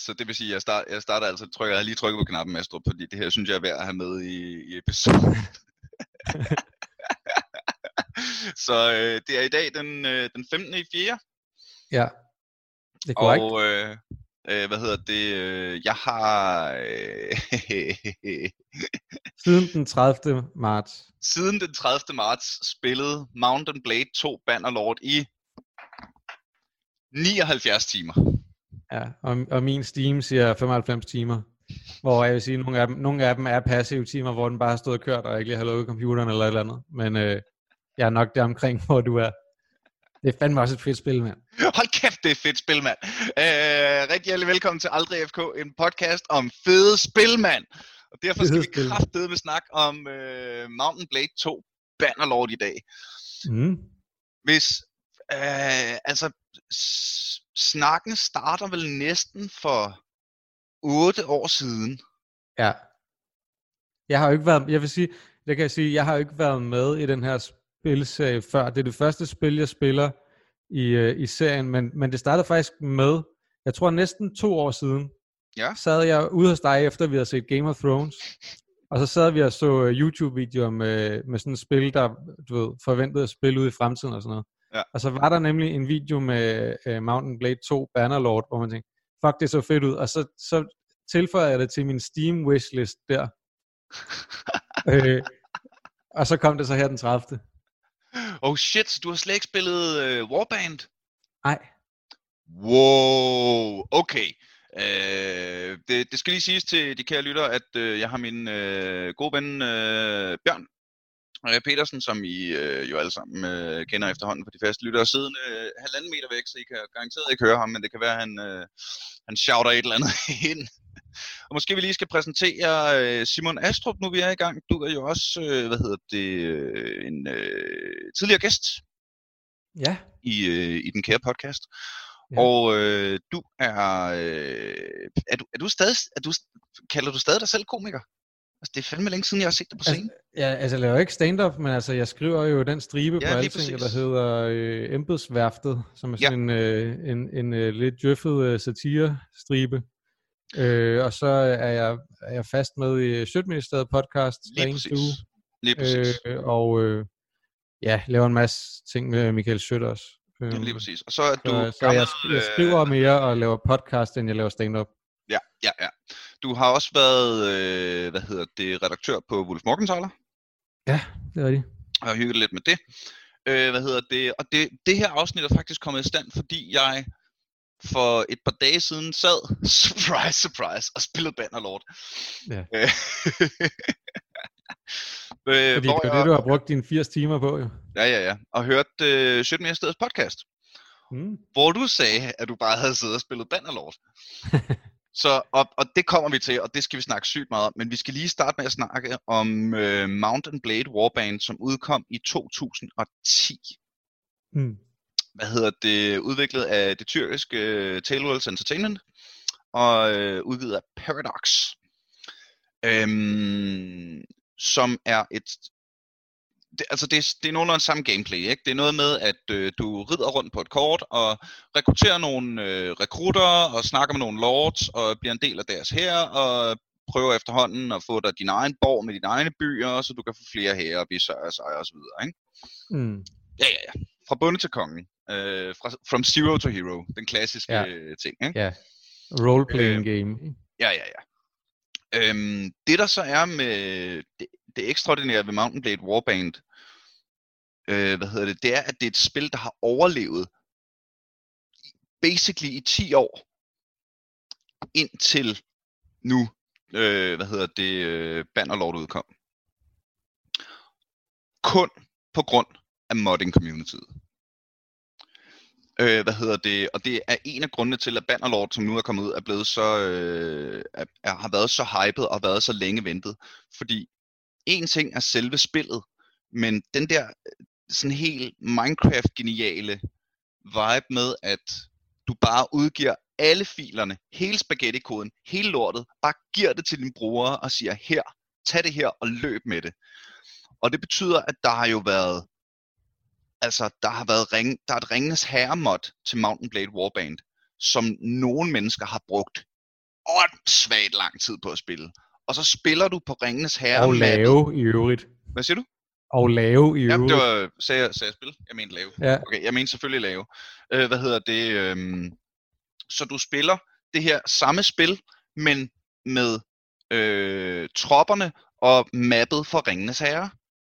så det vil sige, at jeg starter altså, jeg har lige trykket på knappen, Astrup, fordi det her synes jeg er værd at have med i episoden. Så det er i dag den 15. i 4. Ja, det er korrekt. Og jeg har... Siden den 30. marts. Siden den 30. marts spillet Mount & Blade 2 Bannerlord i 79 timer. Ja, og min Steam siger 95 timer. Hvor jeg vil sige, at nogle af dem er passive timer, hvor den bare har stået og kørt, og jeg ikke lige har lukket computeren eller et eller andet. Men jeg er nok der omkring, hvor du er. Det er fandme også et fedt spil, mand. Hold kæft, det er et fedt spil, mand. Rigtig hjertelig velkommen til Aldrig FK, en podcast om fede spil, mand. Og derfor skal vi kraftedeme snakke om Mount & Blade 2 Bannerlord i dag. Hvis, snakken starter vel næsten for 8 år siden. Ja. Jeg har jo ikke været, jeg har jo ikke været med i den her spilserie før. Det er det første spil, jeg spiller i serien, men det startede faktisk med, jeg tror næsten 2 år siden, sad jeg ude hos dig, efter vi havde set Game of Thrones, og så sad vi og så YouTube-videoer med sådan et spil, der forventede at spille ud i fremtiden og sådan noget. Ja. Og så var der nemlig en video med Mount & Blade 2 Bannerlord, hvor man tænkte, fuck, det så fedt ud, og så tilføjede jeg det til min Steam wishlist der. Og så kom det så her den 30. Oh shit, så du har slet ikke spillet Warband? Nej. Wow, okay. Det skal lige siges til de kære lyttere, at jeg har min gode ven Bjørn Petersen, som I jo alle sammen kender efterhånden på de faste lyttere, siden 1,5 meter væk, så I kan garanteret ikke høre ham, men det kan være, at han shouter et eller andet ind. Og måske vi lige skal præsentere Simon Astrup, nu vi er i gang. Du er jo også, en tidligere gæst i den kære podcast. Ja. Og du er du stadig, kalder du stadig dig selv komiker? Altså, det er fandme længe siden, jeg har set det på scenen. Jeg laver ikke stand-up, men altså, jeg skriver jo den stribe på alting, der hedder Embedsværftet, som er sådan en lidt djøffet satire-stribe. Og så er jeg fast med i Sjøtministeriet podcast. Lige præcis. Laver en masse ting med Michael Sjøt også. Lige præcis. Og så er du jeg skriver mere og laver podcast, end jeg laver stand-up. Ja. Du har også været, redaktør på Wolf Morgenthaler. Ja, det er rigtigt. Jeg har hygget lidt med det. Og det her afsnit er faktisk kommet i stand, fordi jeg for et par dage siden sad, surprise, og spillede Bannerlord. Ja. Fordi det er det, du har brugt dine 80 timer på, jo. Ja. Og hørte Sjøtministeriets podcast, hvor du sagde, at du bare havde siddet og spillet Bannerlord. Så, og det kommer vi til, og det skal vi snakke sygt meget om. Men vi skal lige starte med at snakke om Mount & Blade Warband, som udkom i 2010. Udviklet af det tyrkiske Taleworlds Entertainment, og udgivet af Paradox. Som er det er nogenlunde samme gameplay, ikke? Det er noget med, at du rider rundt på et kort og rekrutterer nogle rekrutter og snakker med nogle lords og bliver en del af deres hær og prøver efterhånden at få dig din egen borg med dine egne byer, så du kan få flere hære og blive sejre og så videre, ikke? Ja. Fra bonde til kongen. From zero to hero. Den klassiske ting, ikke? Ja. Role-playing game. Ja. Det der så er med det ekstraordinære ved Mount & Blade Warband, det er, at det er et spil, der har overlevet basically i 10 år, indtil nu, Bannerlord udkom. Kun på grund af modding-communityet. Og det er en af grundene til, at Bannerlord, som nu er kommet ud, er blevet så har været så hyped og været så længe ventet. Fordi en ting er selve spillet, men den der sådan helt Minecraft-geniale vibe med, at du bare udgiver alle filerne, hele spaghetti-koden, hele lortet, bare giver det til din brugere og siger, her, tag det her og løb med det. Og det betyder, at der har jo været, der er et Ringenes Herre-mod til Mount & Blade Warband, som nogle mennesker har brugt åndssvagt lang tid på at spille. Og så spiller du på Ringenes Herre. Og lave i øvrigt. Hvad siger du? Og lave i øvrigt. Jamen, det var, sagde jeg spil? Jeg mente lave. Ja. Okay, jeg mente selvfølgelig lave. Så du spiller det her samme spil, men med tropperne og mappet for Ringenes Herre.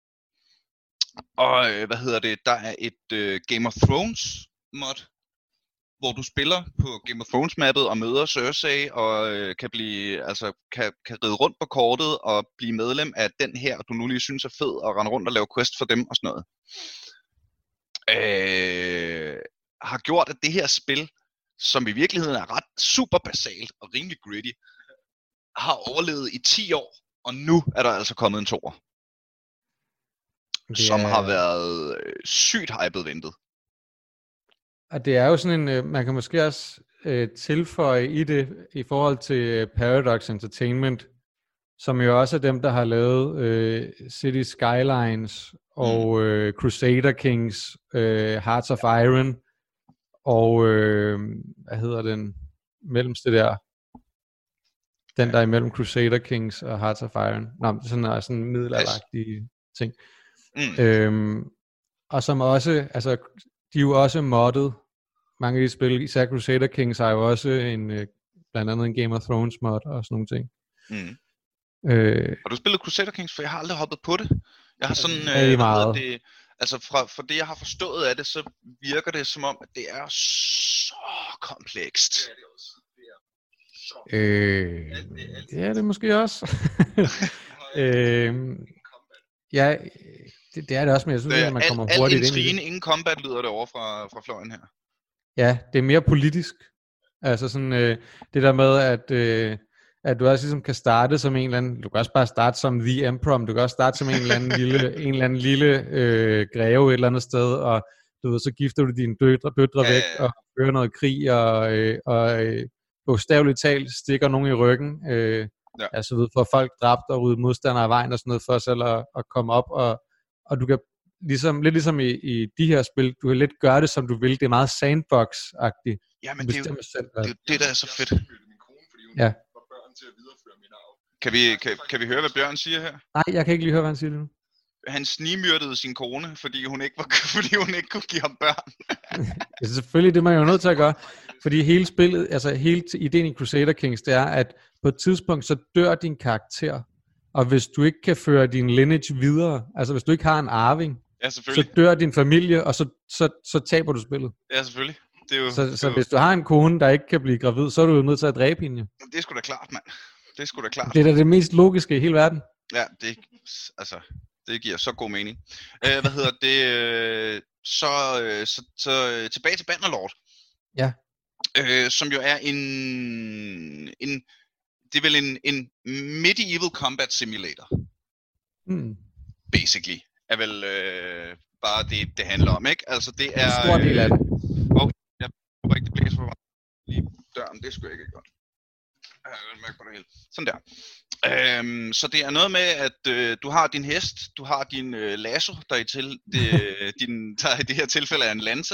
Og der er et Game of Thrones mod, hvor du spiller på Game of Thrones mappet og møder Cersei og kan ride rundt på kortet og blive medlem af den her, du nu lige synes er fed, og rende rundt og lave quest for dem og sådan noget. Har gjort, at det her spil, som i virkeligheden er ret super basalt og rimelig gritty, har overlevet i 10 år, og nu er der altså kommet en toer. Som har været sygt hypet ventet. Og det er jo sådan en, man kan måske også tilføje i det, i forhold til Paradox Entertainment, som jo også er dem, der har lavet City Skylines og Crusader Kings, Hearts of Iron, og hvad hedder den mellemste der? Den der er imellem Crusader Kings og Hearts of Iron. Nå, sådan en middelalderagtige ting. Og som også, altså, de er jo også moddet. Mange af de spil, især Crusader Kings, har jo også blandt andet en Game of Thrones mod og sådan nogle ting. Har du spillet Crusader Kings? For jeg har aldrig hoppet på det. Jeg har sådan, fra det jeg har forstået af det, så virker det som om, at det er så komplekst. Det er det måske også. Ja, det er det også, men jeg synes, at man kommer hurtigt ind i det. Ingen combat lyder det over fra fløjen her. Ja, det er mere politisk. Altså sådan det der med, at du også ligesom kan starte som en eller anden, du kan også bare starte som The Emperor, du kan også starte som en eller anden lille greve et eller andet sted, og du ved, så gifter du dine døtre væk, og fører noget krig, og bogstaveligt talt stikker nogen i ryggen, altså ved, for folk dræbt og ryddet modstandere af vejen og sådan noget, for selv at komme op, og du kan lidt ligesom i de her spil, du kan lidt gøre det, som du vil. Det er meget sandbox-agtigt. Ja, men det er jo det, der er så fedt. Ja. Kan vi høre, hvad Bjørn siger her? Nej, jeg kan ikke lige høre, hvad han siger nu. Han snigmyrdede sin kone, fordi hun ikke kunne give ham børn. Det er selvfølgelig det, man er jo nødt til at gøre. Fordi hele spillet, altså hele ideen i Crusader Kings, det er, at på et tidspunkt, så dør din karakter. Og hvis du ikke kan føre din lineage videre, altså hvis du ikke har en arving, så dør din familie, og så taber du spillet. Ja, selvfølgelig. Det er jo, så hvis du har en kone, der ikke kan blive gravid, så er du jo nødt til at dræbe hende. Det er sgu da klart, mand. Det er sgu da klart. Det er da det mest logiske i hele verden. Ja, det giver så god mening. Så tilbage til Bannerlord. Ja. Som jo er det er vel en medieval combat simulator. Basically. Er vel bare det handler om, ikke? Altså det er... En stor del af det. Jeg håber ikke, det blæser for mig lige døren. Det skulle jeg ikke godt. Jeg har mærke på det hele. Sådan der. Så det er noget med, at du har din hest, du har din lasso, der i det her tilfælde er en lanse.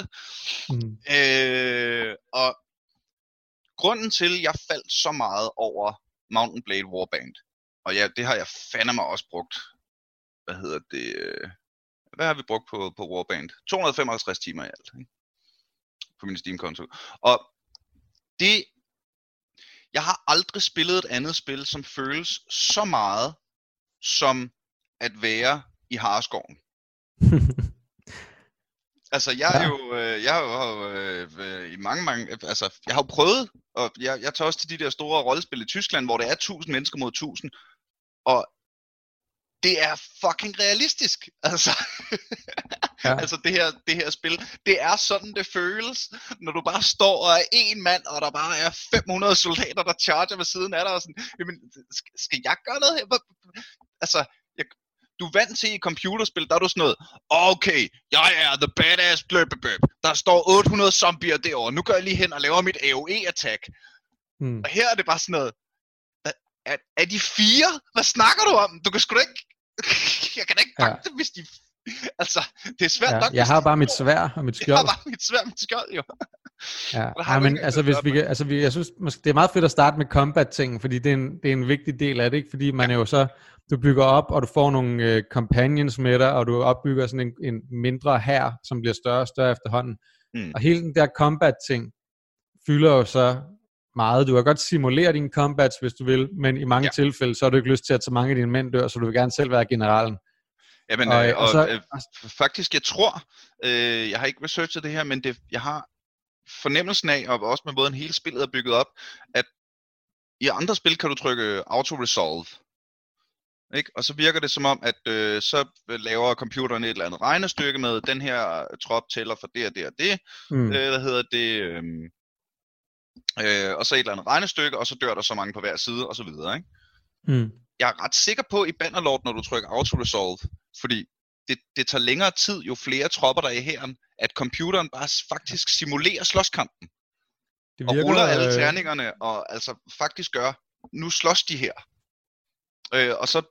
Og grunden til, at jeg faldt så meget over Mountain Blade Warband, og ja, det har jeg fandme også brugt. Hvad har vi brugt på Warband? 255 timer i alt, ikke? På min Steam-konto. Og jeg har aldrig spillet et andet spil, som føles så meget som at være i Hareskoven. Altså, jeg har jo prøvet, og jeg tager også til de der store rollespil i Tyskland, hvor det er 1000 mennesker mod 1000, og det er fucking realistisk, altså. Altså det her spil, det er sådan det føles, når du bare står og er en mand, og der bare er 500 soldater, der charger ved siden af dig, og sådan, jamen, skal jeg gøre noget her? Altså, du er vant til i computerspil, der er du sådan noget, okay, jeg er the badass bløbbebøb, der står 800 zombier derovre, nu går jeg lige hen og laver mit AOE-attack. Og her er det bare sådan noget, er de 4? Hvad snakker du om? Du kan sgu da ikke, jeg kan da ikke pakke det, hvis de... Altså, det er svært nok. Jeg har bare mit sværd og mit skjold. Jeg har bare mit sværd og mit skjold, jo. Ja, men altså, jeg synes, måske, det er meget fedt at starte med combat-ting, fordi det er en vigtig del af det, ikke? Fordi man er jo så, du bygger op, og du får nogle companions med dig, og du opbygger sådan en mindre hær, som bliver større og større efterhånden. Og hele den der combat-ting fylder jo så meget. Du kan godt simulere dine combats, hvis du vil, men i mange tilfælde, så har du ikke lyst til, at så mange af dine mænd dør, så du vil gerne selv være generalen. Jamen, faktisk, jeg tror, jeg har ikke researchet det her, men jeg har fornemmelsen af, og også med måden hele spillet er bygget op, at i andre spil kan du trykke auto-resolve. Ikke? Og så virker det som om, at så laver computeren et eller andet regnestykke med, den her trop tæller for det og det og det. Og så et eller andet regnestykke, og så dør der så mange på hver side, og så videre. Ikke? Jeg er ret sikker på i Bannerlord, når du trykker auto-resolve, fordi det tager længere tid, jo flere tropper der er i hæren, at computeren bare faktisk simulerer slåskampen. Og ruller alle terningerne, og altså faktisk gør, nu slås de her. Og så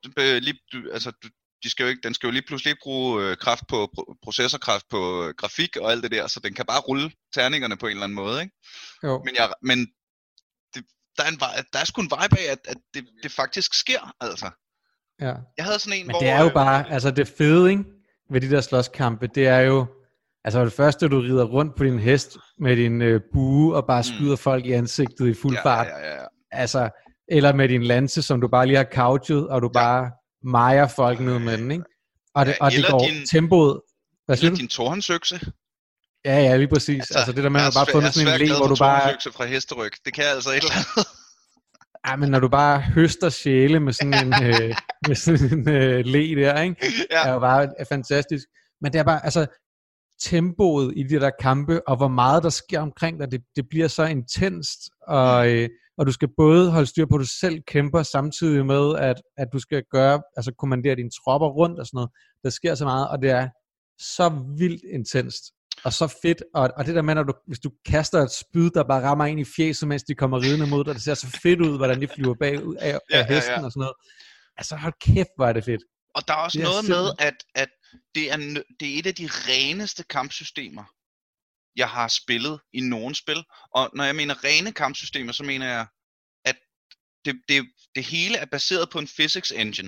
den skal jo lige pludselig ikke bruge processorkraft på grafik og alt det der, så den kan bare rulle terningerne på en eller anden måde, ikke? Jo. Men der er sgu en vibe af, at det faktisk sker, altså. Ja. Jeg havde sådan en, men det er jo bare, altså det fede, ikke? Ved de der slåskampe, det er jo, altså det første, du rider rundt på din hest med din bue og bare skyder folk i ansigtet i fuld fart. Ja. Altså, eller med din lanse, som du bare lige har couchet, og du bare mejer folk ned med den, ikke? Og det går tempoet. Hvad siger du? Din torhåndsøkse. Ja, lige præcis. Altså det der med, at du bare fundet sådan en le, hvor du bare... fra hesteryg. Det kan altså et eller andet. Ja, men når du bare høster sjæle med sådan en le der, ikke? Ja. Er jo bare fantastisk. Men det er bare, altså, tempoet i de der kampe, og hvor meget der sker omkring dig, det bliver så intenst, og du skal både holde styr på, at du selv kæmper, samtidig med, at du skal kommandere dine tropper rundt og sådan noget. Der sker så meget, og det er så vildt intenst. Og så fedt, og det der med, hvis du kaster et spyd, der bare rammer ind i fjeset, mens de kommer ridende mod dig, det ser så fedt ud, hvordan de flyver bagud af hesten og sådan noget. Altså hold kæft, hvor er det fedt. Og der er også noget med, at det er et af de reneste kampsystemer, jeg har spillet i nogle spil. Og når jeg mener rene kampsystemer, så mener jeg, at det hele er baseret på en physics engine.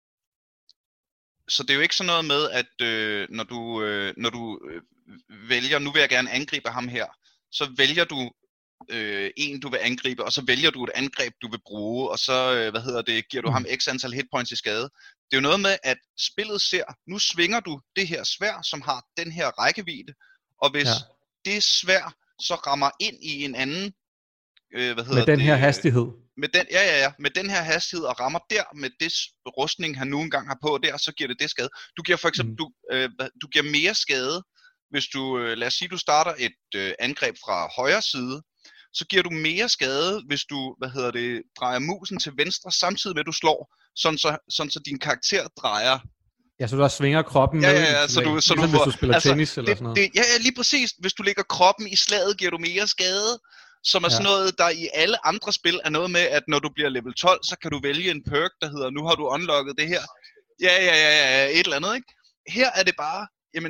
Så det er jo ikke sådan noget med, at når du vælger, nu vil jeg gerne angribe ham her, så vælger du en, du vil angribe, og så vælger du et angreb, du vil bruge, og så giver du ham x antal hitpoints i skade. Det er jo noget med, at spillet ser, nu svinger du det her sværd, som har den her rækkevidde, og hvis det sværd så rammer ind i en anden, med den her hastighed. Med den her hastighed og rammer der med det rustning, han nu engang har på der, så giver det skade. Du giver for eksempel, du giver mere skade, hvis du, lad os sige, du starter et angreb fra højre side, så giver du mere skade, hvis du, drejer musen til venstre, samtidig med at du slår, sådan så din karakter drejer. Ja, så du også svinger kroppen med, ligesom hvis du spiller tennis eller sådan noget. Ja, lige præcis. Hvis du lægger kroppen i slaget, giver du mere skade, som er sådan noget, der i alle andre spil er noget med, at når du bliver level 12, så kan du vælge en perk, der hedder, nu har du unlocket det her. Ja, et eller andet, ikke? Her er det bare, jamen,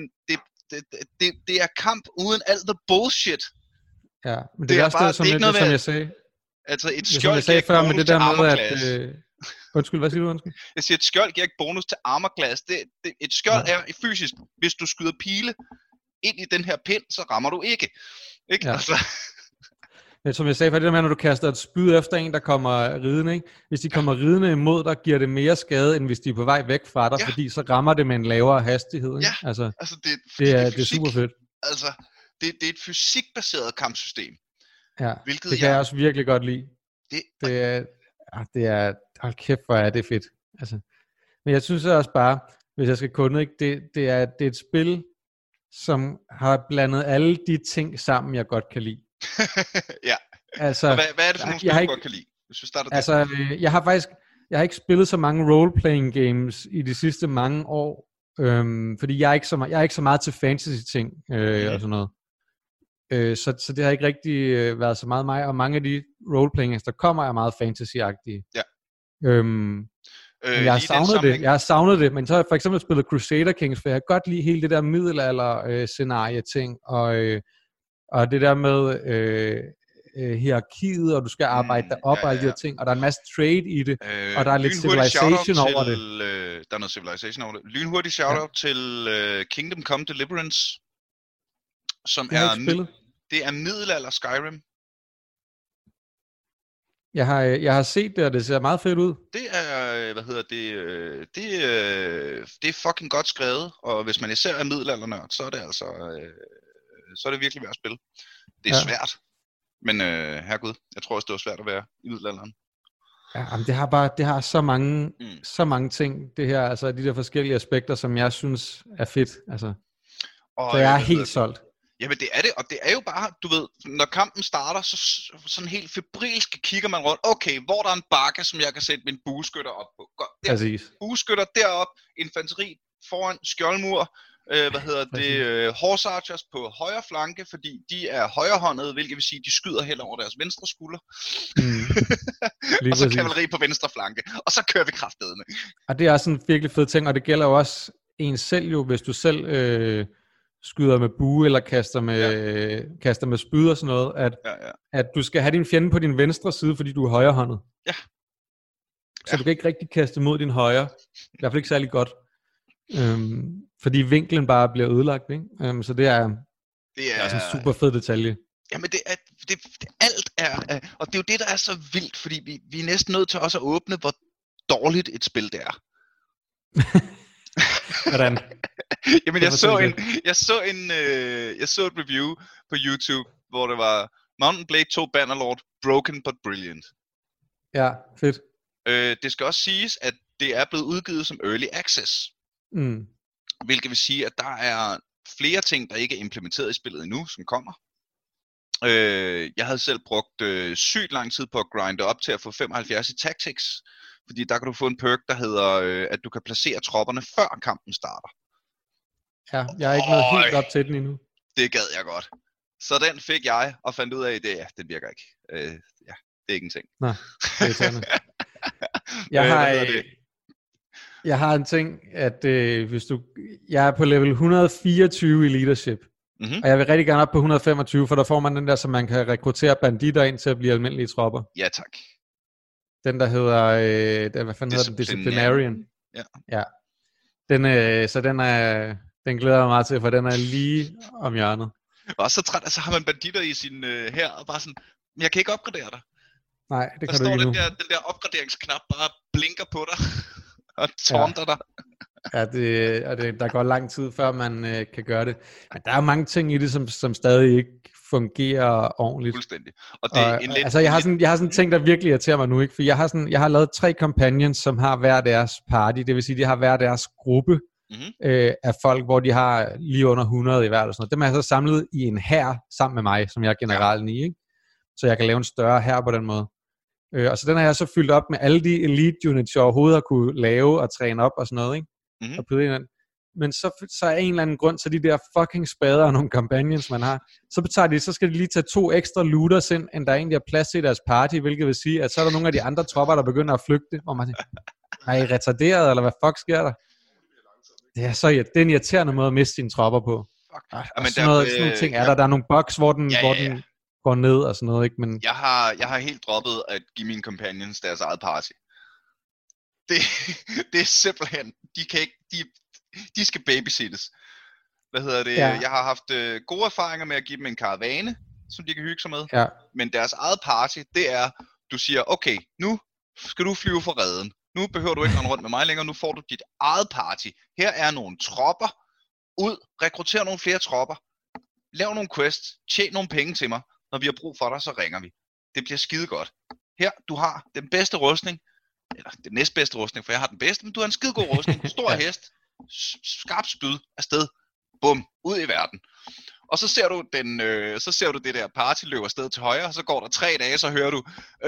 det er kamp uden alt the bullshit. Ja, men det er også bare, som jeg sagde. Altså et skjold giver ikke bonus til armorklasse. Undskyld, hvad siger du, undskyld? Jeg siger, et skjold giver ikke bonus til armorklasse. Et skjold er fysisk. Hvis du skyder pile ind i den her pind, så rammer du ikke. Ikke? Ja. Altså. Men som jeg sagde, for det der med, når du kaster et spyd efter en, der kommer ridende, ikke? Hvis de kommer ridende imod dig, giver det mere skade, end hvis de er på vej væk fra dig, fordi så rammer det med en lavere hastighed. Ikke? Ja, altså det er super fedt. Altså, det er et fysikbaseret kampsystem. Ja, det kan jeg også virkelig godt lide. Det er hold kæft, hvor er det fedt. Altså, men jeg synes også bare, hvis jeg skal kunde, ikke, det er et spil, som har blandet alle de ting sammen, jeg godt kan lide. Ja. Altså, hvad er det for nogle spil, du godt kan lide? Hvis vi starter jeg har ikke spillet så mange role-playing games i de sidste mange år, fordi jeg er ikke så meget til fantasy-ting og sådan noget. Så det har ikke rigtig været så meget mig, og mange af de roleplaying der kommer er meget fantasy-agtige. Ja. Jeg har savnet det, men så har jeg for eksempel spillet Crusader Kings, for jeg kan godt lide hele det der middelalder-scenarie-ting, Og det der med hierarkiet, og du skal arbejde dig op og alle de her ting, og der er en masse trade i det, og der er lidt civilization over det. Der er noget civilization over det. Lynhurtig shoutout til Kingdom Come Deliverance, som det er middelalder Skyrim. Jeg har set det, og det ser meget fedt ud. Det er, det er fucking godt skrevet, og hvis man især er middelaldernørd, så er det altså, så er det virkelig værd at spille. Det er svært, men herregud, jeg tror også, det var svært at være i middelalderen. Ja, men det har så mange ting, det her, altså de der forskellige aspekter, som jeg synes er fedt, altså. Så jeg er helt solgt. Jamen det er det, og det er jo bare, du ved, når kampen starter, så sådan helt febrilsk kigger man rundt. Okay, hvor der er en bakke, som jeg kan sætte min bueskytter op på. Godt, der, præcis. Bueskytter derop, infanteri foran, skjoldmur, horse archers på højre flanke, fordi de er højrehåndede, hvilket vil sige, de skyder hen over deres venstre skulder. Og så kavaleri på venstre flanke, og så kører vi kraftedeme. Og det er også en virkelig fed ting, og det gælder jo også en selv jo, hvis du selv skyder med bue eller kaster med spyd og sådan noget, at du skal have din fjende på din venstre side, fordi du er højrehåndet. Ja. Så du kan ikke rigtig kaste mod din højre. I hvert fald ikke særlig godt. Fordi vinklen bare bliver ødelagt, ikke? Så det er også en super fed detalje. Jamen det alt er, og det er jo det, der er så vildt, fordi vi er næsten nødt til også at åbne, hvor dårligt et spil det er. Hvordan? Jamen jeg så et review på YouTube, hvor det var Mountain Blade 2 Bannerlord, broken but brilliant. Ja, fedt. Det skal også siges, at det er blevet udgivet som early access. Hvilket vil sige, at der er flere ting, der ikke er implementeret i spillet endnu, som kommer. Jeg havde selv brugt sygt lang tid på at grinde op til at få 75 i Tactics. Fordi der kan du få en perk, der hedder, at du kan placere tropperne før kampen starter. Ja, jeg er ikke nået helt op til den endnu. Det gad jeg godt. Så den fik jeg, og fandt ud af, at det virker ikke. Det er ikke en ting. Nej, det er jeg har en ting, at jeg er på level 124 i leadership, og jeg vil rigtig gerne op på 125, for der får man den der, så man kan rekruttere banditter ind til at blive almindelige tropper. Ja, tak. Den der hedder, hvad fanden hedder den? Disciplinarian. Ja. Den glæder jeg meget til, for den er lige om hjørnet. Og så træt, altså har man banditter i sin her, og bare sådan, men jeg kan ikke opgradere dig. Nej, det kan du ikke nu. Den der opgraderingsknap bare blinker på dig, og taunter dig. Ja, der går lang tid, før man kan gøre det. Men der er mange ting i det, som stadig ikke fungerer ordentligt. Fuldstændig. Og det er altså, jeg har sådan ting, der virkelig irriterer mig nu, ikke? For jeg har lavet 3 companions, som har hver deres party. Det vil sige, de har hver deres gruppe af folk, hvor de har lige under 100 i hvert. Og sådan noget. Dem har jeg så samlet i en hær sammen med mig, som jeg er generalen i, ikke? Så jeg kan lave en større hær på den måde. Og så den har jeg så fyldt op med alle de elite units, jeg overhovedet har kunne lave og træne op og sådan noget, ikke? Og men så er en eller anden grund, så de der fucking spader og nogle companions, man har, så skal de lige tage 2 ekstra looters ind, end der egentlig er plads til deres party, hvilket vil sige, at så er der nogle af de andre tropper, der begynder at flygte, hvor man tænker, er I retarderet, eller hvad fuck sker der? Det er så den irriterende måde at miste sine tropper på. Sådan nogle ting er der er nogle bugs, hvor den går ned og sådan noget, ikke? Men jeg har helt droppet at give mine companions deres eget party. Det er simpelthen, de skal babysittes. Jeg har haft gode erfaringer med at give dem en karavane, som de kan hygge sig med. Ja. Men deres eget party, det er, du siger, okay, nu skal du flyve for redden. Nu behøver du ikke rende rundt med mig længere, nu får du dit eget party. Her er nogle tropper. Ud, rekruttere nogle flere tropper. Lav nogle quests, tjen nogle penge til mig. Når vi har brug for dig, så ringer vi. Det bliver skide godt. Her, du har den bedste rustning, eller den næstbedste rustning, for jeg har den bedste, men du har en skide god rustning, stor hest, skarp spyd, afsted, bum, ud i verden. Og så ser du det der party løber afsted til højre, og så går der 3 dage, så hører du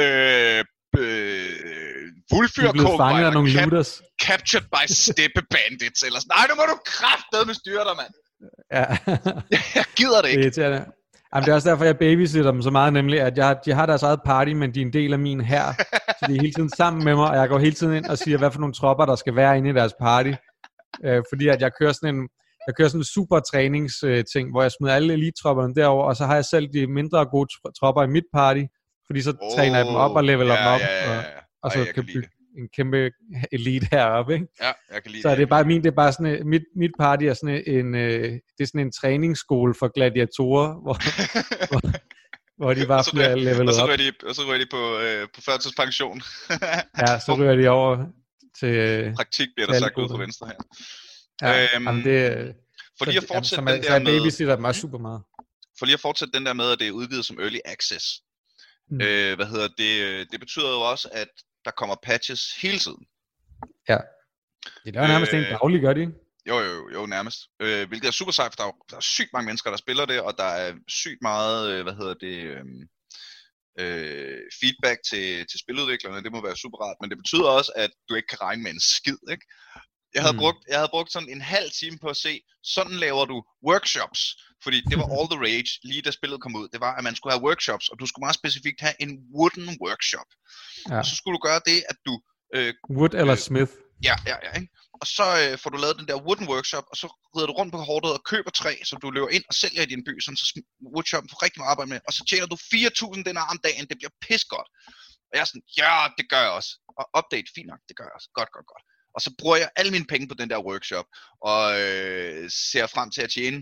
Wulfyr captured by steppe bandits, eller sådan. Nej, nu må du kraftedeme styre dig, mand. Ja. Jeg gider det ikke. Jamen, det er også derfor, jeg babysitter dem så meget, nemlig at de har deres eget party, men de er en del af min hær. Så de er hele tiden sammen med mig, og jeg går hele tiden ind og siger, hvad for nogle tropper, der skal være inde i deres party. Fordi at jeg kører sådan Jeg kører sådan en super træningsting, hvor jeg smider alle elite-tropperne derover, og så har jeg selv de mindre gode tropper i mit party, fordi så træner jeg dem op og leveler dem op, og så kan bygge en kæmpe elite heroppe, ikke? Ja, jeg kan lide så det er bare det er bare sådan mit party er sådan det er sådan en træningsskole for gladiatorer, hvor de bare bliver levelet op. Og så ryger de på førtidspension. Ja, så ryger de over til praktik bliver der sagt ud fra venstre her. Ja, for lige at fortsætte den der med babysitter dem også super meget. For lige at fortsætte den der med at det er udgivet som early access. Det betyder jo også at der kommer patches hele tiden. Ja. Det er nærmest en daglig, gør de ikke? Jo, nærmest. Hvilket er super sejt, for der er sygt mange mennesker, der spiller det, og der er sygt meget, feedback til spiludviklerne. Det må være super rart, men det betyder også, at du ikke kan regne med en skid, ikke? Jeg havde brugt sådan en halv time på at se, sådan laver du workshops, fordi det var all the rage, lige da spillet kom ud. Det var, at man skulle have workshops, og du skulle meget specifikt have en wooden workshop. Ja. Og så skulle du gøre det, at du... Wood eller Smith. Ja, ikke? Og så får du lavet den der wooden workshop, og så rider du rundt på kortet og køber træ, som du løber ind og sælger i din by, sådan så woodshoppen får rigtig meget arbejde med, og så tjener du 4.000 dinar om dagen, det bliver pissegodt. Og jeg er sådan, ja, det gør jeg også. Og update, fint nok, det gør jeg også. Godt. Og så bruger jeg alle mine penge på den der workshop, og ser frem til at tjene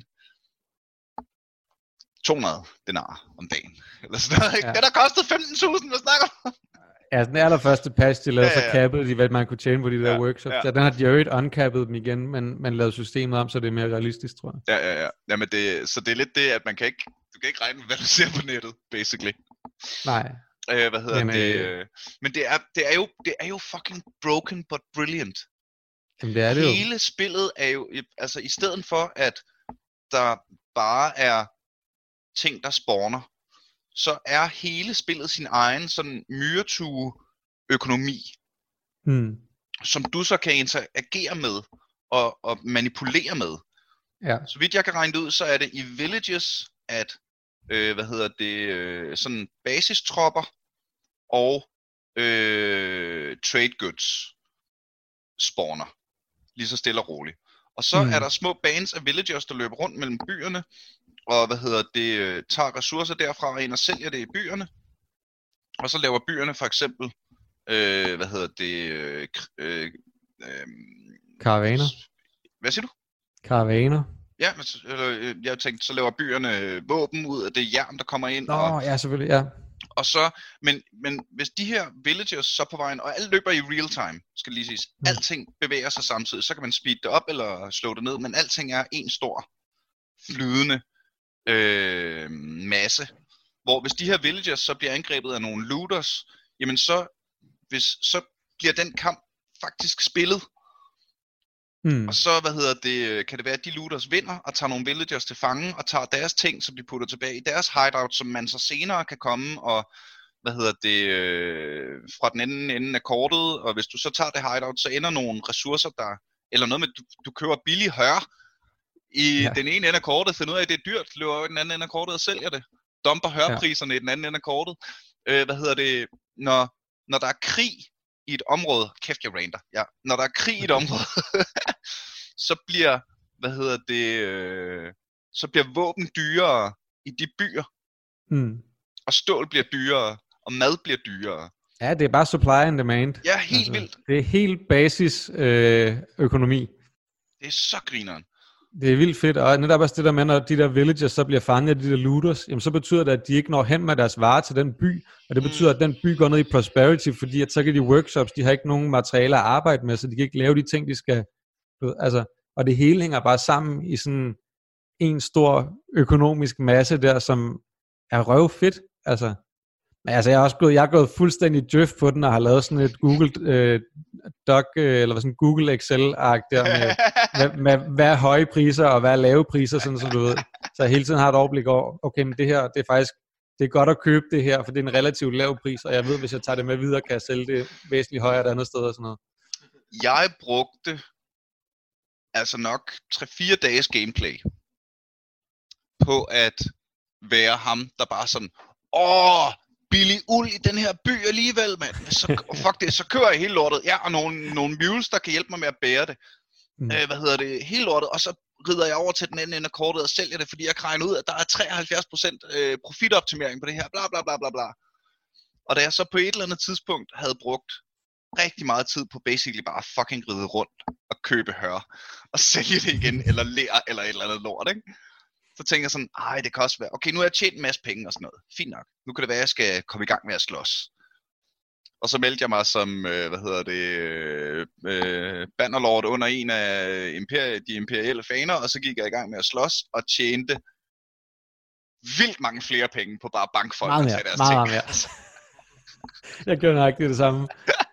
200 dinar om dagen. Eller sådan noget, ikke? Ja. Den har kostet 15.000, hvad snakker du? Ja, den allerførste patch, de lavede, så cappede de, hvad man kunne tjene på de der workshops. Ja, den har de jo ikke uncappet dem igen, men man lavede systemet om, så det er mere realistisk, tror jeg. Ja. Jamen så det er lidt det, at du kan ikke regne med, hvad du ser på nettet, basically. Nej. Men det er jo fucking broken, but brilliant. Jamen, det er det jo. Hele spillet er jo, altså i stedet for, at der bare er ting, der spawner, så er hele spillet sin egen sådan myretue-økonomi, som du så kan interagere med og manipulere med. Ja. Så vidt jeg kan regne det ud, så er det i villages, at sådan basistropper og trade goods spawner, lige så stille og roligt. Og så er der små bands af villagers, der løber rundt mellem byerne, og tager ressourcer derfra og ind og sælger det i byerne. Og så laver byerne for eksempel, karavaner. Hvad siger du? Karavaner. Ja, jeg tænkte, så laver byerne våben ud af det jern, der kommer ind. Ja, selvfølgelig, ja. Og så, men hvis de her villagers så på vejen, og alt løber i real time, skal lige siges, alting bevæger sig samtidig, så kan man speede det op eller slå det ned, men alting er en stor flydende masse. Hvor hvis de her villagers så bliver angrebet af nogle looters, jamen så bliver den kamp faktisk spillet. Og så, kan det være, at de looters vinder og tager nogle villagers til fange og tager deres ting, som de putter tilbage i deres hideout, som man så senere kan komme og, fra den anden ende af kortet, og hvis du så tager det hideout, så ender nogle ressourcer der, eller noget med, du køber billig hør i den ene ende af kortet, finder ud af, at det er dyrt, løber over i den anden ende af kortet og sælger det, dumper hørpriserne i den anden ende af kortet, når der er krig i et område, kæft jeg rander, ja, når der er krig i et område, så bliver, så bliver våben dyrere i de byer, og stål bliver dyrere, og mad bliver dyrere. Ja, det er bare supply and demand. Ja, helt vildt. Det er helt basis økonomi. Det er så grineren. Det er vildt fedt, og netop også det der med, når de der villagers så bliver fanget af de der looters, jamen så betyder det, at de ikke når hen med deres varer til den by, og det betyder, at den by går ned i prosperity, fordi at så kan de workshops, de har ikke nogen materialer at arbejde med, så de kan ikke lave de ting, de skal, og det hele hænger bare sammen i sådan en stor økonomisk masse der, som er røvfedt, Men jeg er også gået fuldstændig drift på den, og har lavet sådan et Google Doc, eller sådan Google Excel-ark der med hvad er høje priser, og hvad er lave priser, sådan som du ved. Så jeg hele tiden har et overblik over, okay, men det her, det er faktisk, det er godt at købe det her, for det er en relativt lav pris, og jeg ved, hvis jeg tager det med videre, kan jeg sælge det væsentligt højere et andet sted og sådan noget. Jeg brugte altså nok 3-4 dages gameplay på at være ham, der bare sådan, billig uld i den her by alligevel, mand. Så kører jeg hele lortet. Ja, og nogle mules, der kan hjælpe mig med at bære det. hele lortet, og så rider jeg over til den anden ende af kortet og sælger det, fordi jeg kan regne ud, at der er 73% profitoptimering på det her, bla bla bla bla bla. Og da jeg så på et eller andet tidspunkt havde brugt rigtig meget tid på basically bare fucking ride rundt og købe hør, og sælge det igen, eller lær, eller et eller andet lort, ikke? Så tænker jeg sådan, det kan også være, okay, nu har jeg tjent en masse penge og sådan noget, fint nok, nu kan det være, at jeg skal komme i gang med at slås. Og så meldte jeg mig som, bannerlord under en af de imperielle faner, og så gik jeg i gang med at slås, og tjente vildt mange flere penge på bare bankfolk og tage deres ting. Meget mere. Jeg gjorde nøjagtigt det samme.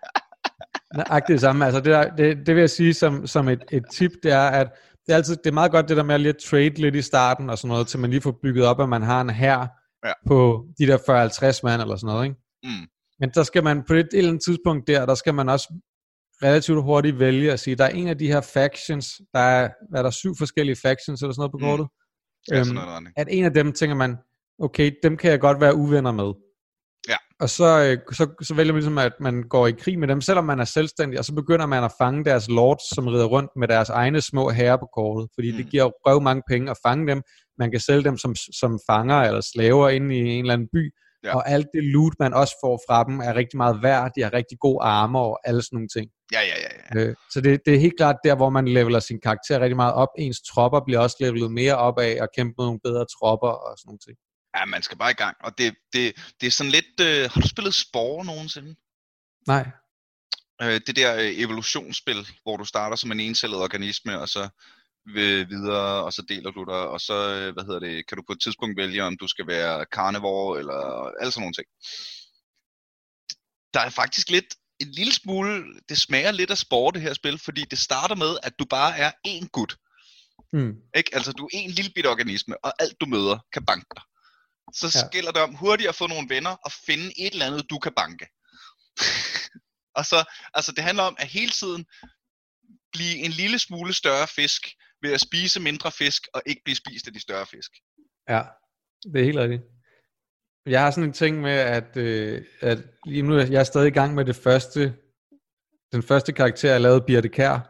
Altså det vil jeg sige som et tip, det er, at det er meget godt det der med at lige trade lidt i starten og sådan noget, til man lige får bygget op, at man har en hær på de der 40-50 mand eller sådan noget, ikke? Mm. Men der skal man på et eller andet tidspunkt der skal man også relativt hurtigt vælge at sige, der er en af de her factions, der er 7 forskellige factions eller sådan noget på kortet, at en af dem tænker man, okay, dem kan jeg godt være uvenner med. Ja. Og så vælger man ligesom, at man går i krig med dem, selvom man er selvstændig, og så begynder man at fange deres lords, som rider rundt med deres egne små herrer på kortet, fordi det giver røv mange penge at fange dem. Man kan sælge dem som fanger eller slaver inde i en eller anden by, og alt det loot, man også får fra dem, er rigtig meget værd. De har rigtig god armor og alle sådan nogle ting. Ja. Så det er helt klart der, hvor man leveler sin karakter rigtig meget op. Ens tropper bliver også levelet mere op af at kæmpe med nogle bedre tropper og sådan nogle ting. Ja, man skal bare i gang. Og det er sådan lidt... har du spillet Spore nogensinde? Nej. Det der evolutionsspil, hvor du starter som en encellet organisme, og så videre, og så deler du dig, og så, kan du på et tidspunkt vælge, om du skal være carnivore, eller alle sådan nogle ting. Der er faktisk en lille smule, det smager lidt af Spore, det her spil, fordi det starter med, at du bare er én gut. Ikke? Altså, du er en lille bit organisme, og alt du møder kan banke dig. Så gælder det om hurtigt at få nogle venner og finde et eller andet, du kan banke. Og så, altså det handler om at hele tiden blive en lille smule større fisk ved at spise mindre fisk og ikke blive spist af de større fisk. Ja, det er helt rigtigt. Jeg har sådan en ting med, at lige nu jeg er stadig i gang med den første karakter, jeg lavede, Birte Kjær.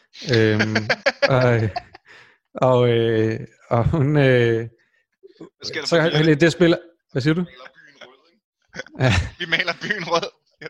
Og hun... det spiller... Hvad siger du? Vi maler byen rød.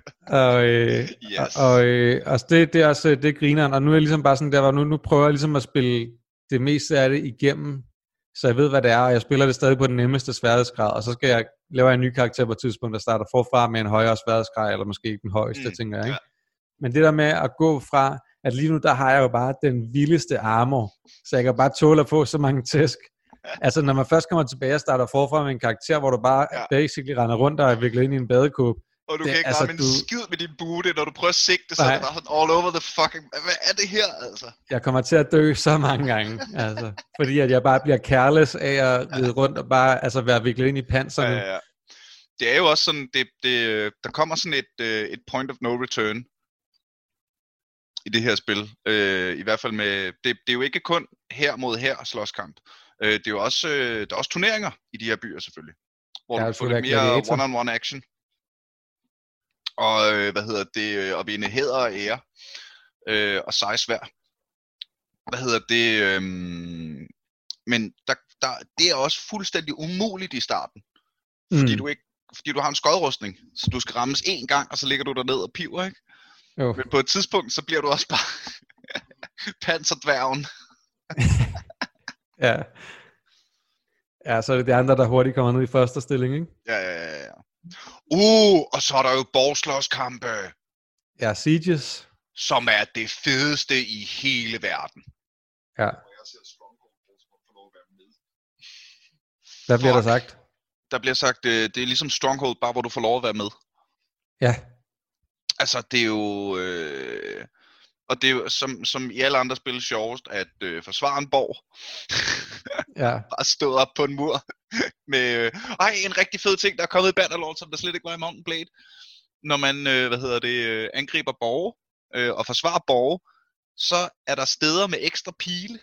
Og det er også det grineren. Og nu er jeg ligesom bare sådan der, hvor nu prøver jeg ligesom at spille det meste af det igennem, så jeg ved, hvad det er, og jeg spiller det stadig på den nemmeste sværhedsgrad, og så skal jeg lave en ny karakter på et tidspunkt, der starter forfra med en højere sværhedsgrad, eller måske ikke den højeste, tænker jeg, ikke? Men det der med at gå fra, at lige nu, der har jeg jo bare den vildeste armor, så jeg kan bare tåle at få så mange tæsk. Altså, når man først kommer tilbage og starter forfra med en karakter, hvor du bare basically render rundt og er viklet ind i en badekåbe. Og du kan ikke ramme en skid med din boote, når du prøver at sigte, så er det bare sådan all over the fucking... Hvad er det her, altså? Jeg kommer til at dø så mange gange, altså. Fordi at jeg bare bliver careless af at ride rundt og bare være viklet ind i panserne. Ja. Det er jo også sådan, der kommer sådan et point of no return i det her spil. I hvert fald med... Det er jo ikke kun her mod her slåskamp. Det er jo også, der er også turneringer i de her byer selvfølgelig. Hvor du kan få lidt mere one-on-one action. Og at vinde hæder og ære og sejsvær. Men det er også fuldstændig umuligt i starten. Fordi du har en skodrustning, så du skal rammes én gang, og så ligger du der ned og piver, ikke? Jo. Men på et tidspunkt, så bliver du også bare panserdværgen. Ja, så er det de andre, der hurtigt kommer ned i første stilling, ikke? Ja. Og så er der jo borgslåskampe. Ja, sieges. Som er det fedeste i hele verden. Ja. Hvad bliver der sagt? Der bliver sagt, det er ligesom Stronghold, bare hvor du får lov at være med. Ja. Altså, det er jo... og det er jo, som i alle andre spil, sjovest, at forsvare en borg. Bare stå op på en mur. Med, en rigtig fed ting, der er kommet i Bannerlord, som der slet ikke var i Mountain Blade. Når man, angriber borge, og forsvarer borge, så er der steder med ekstra pile.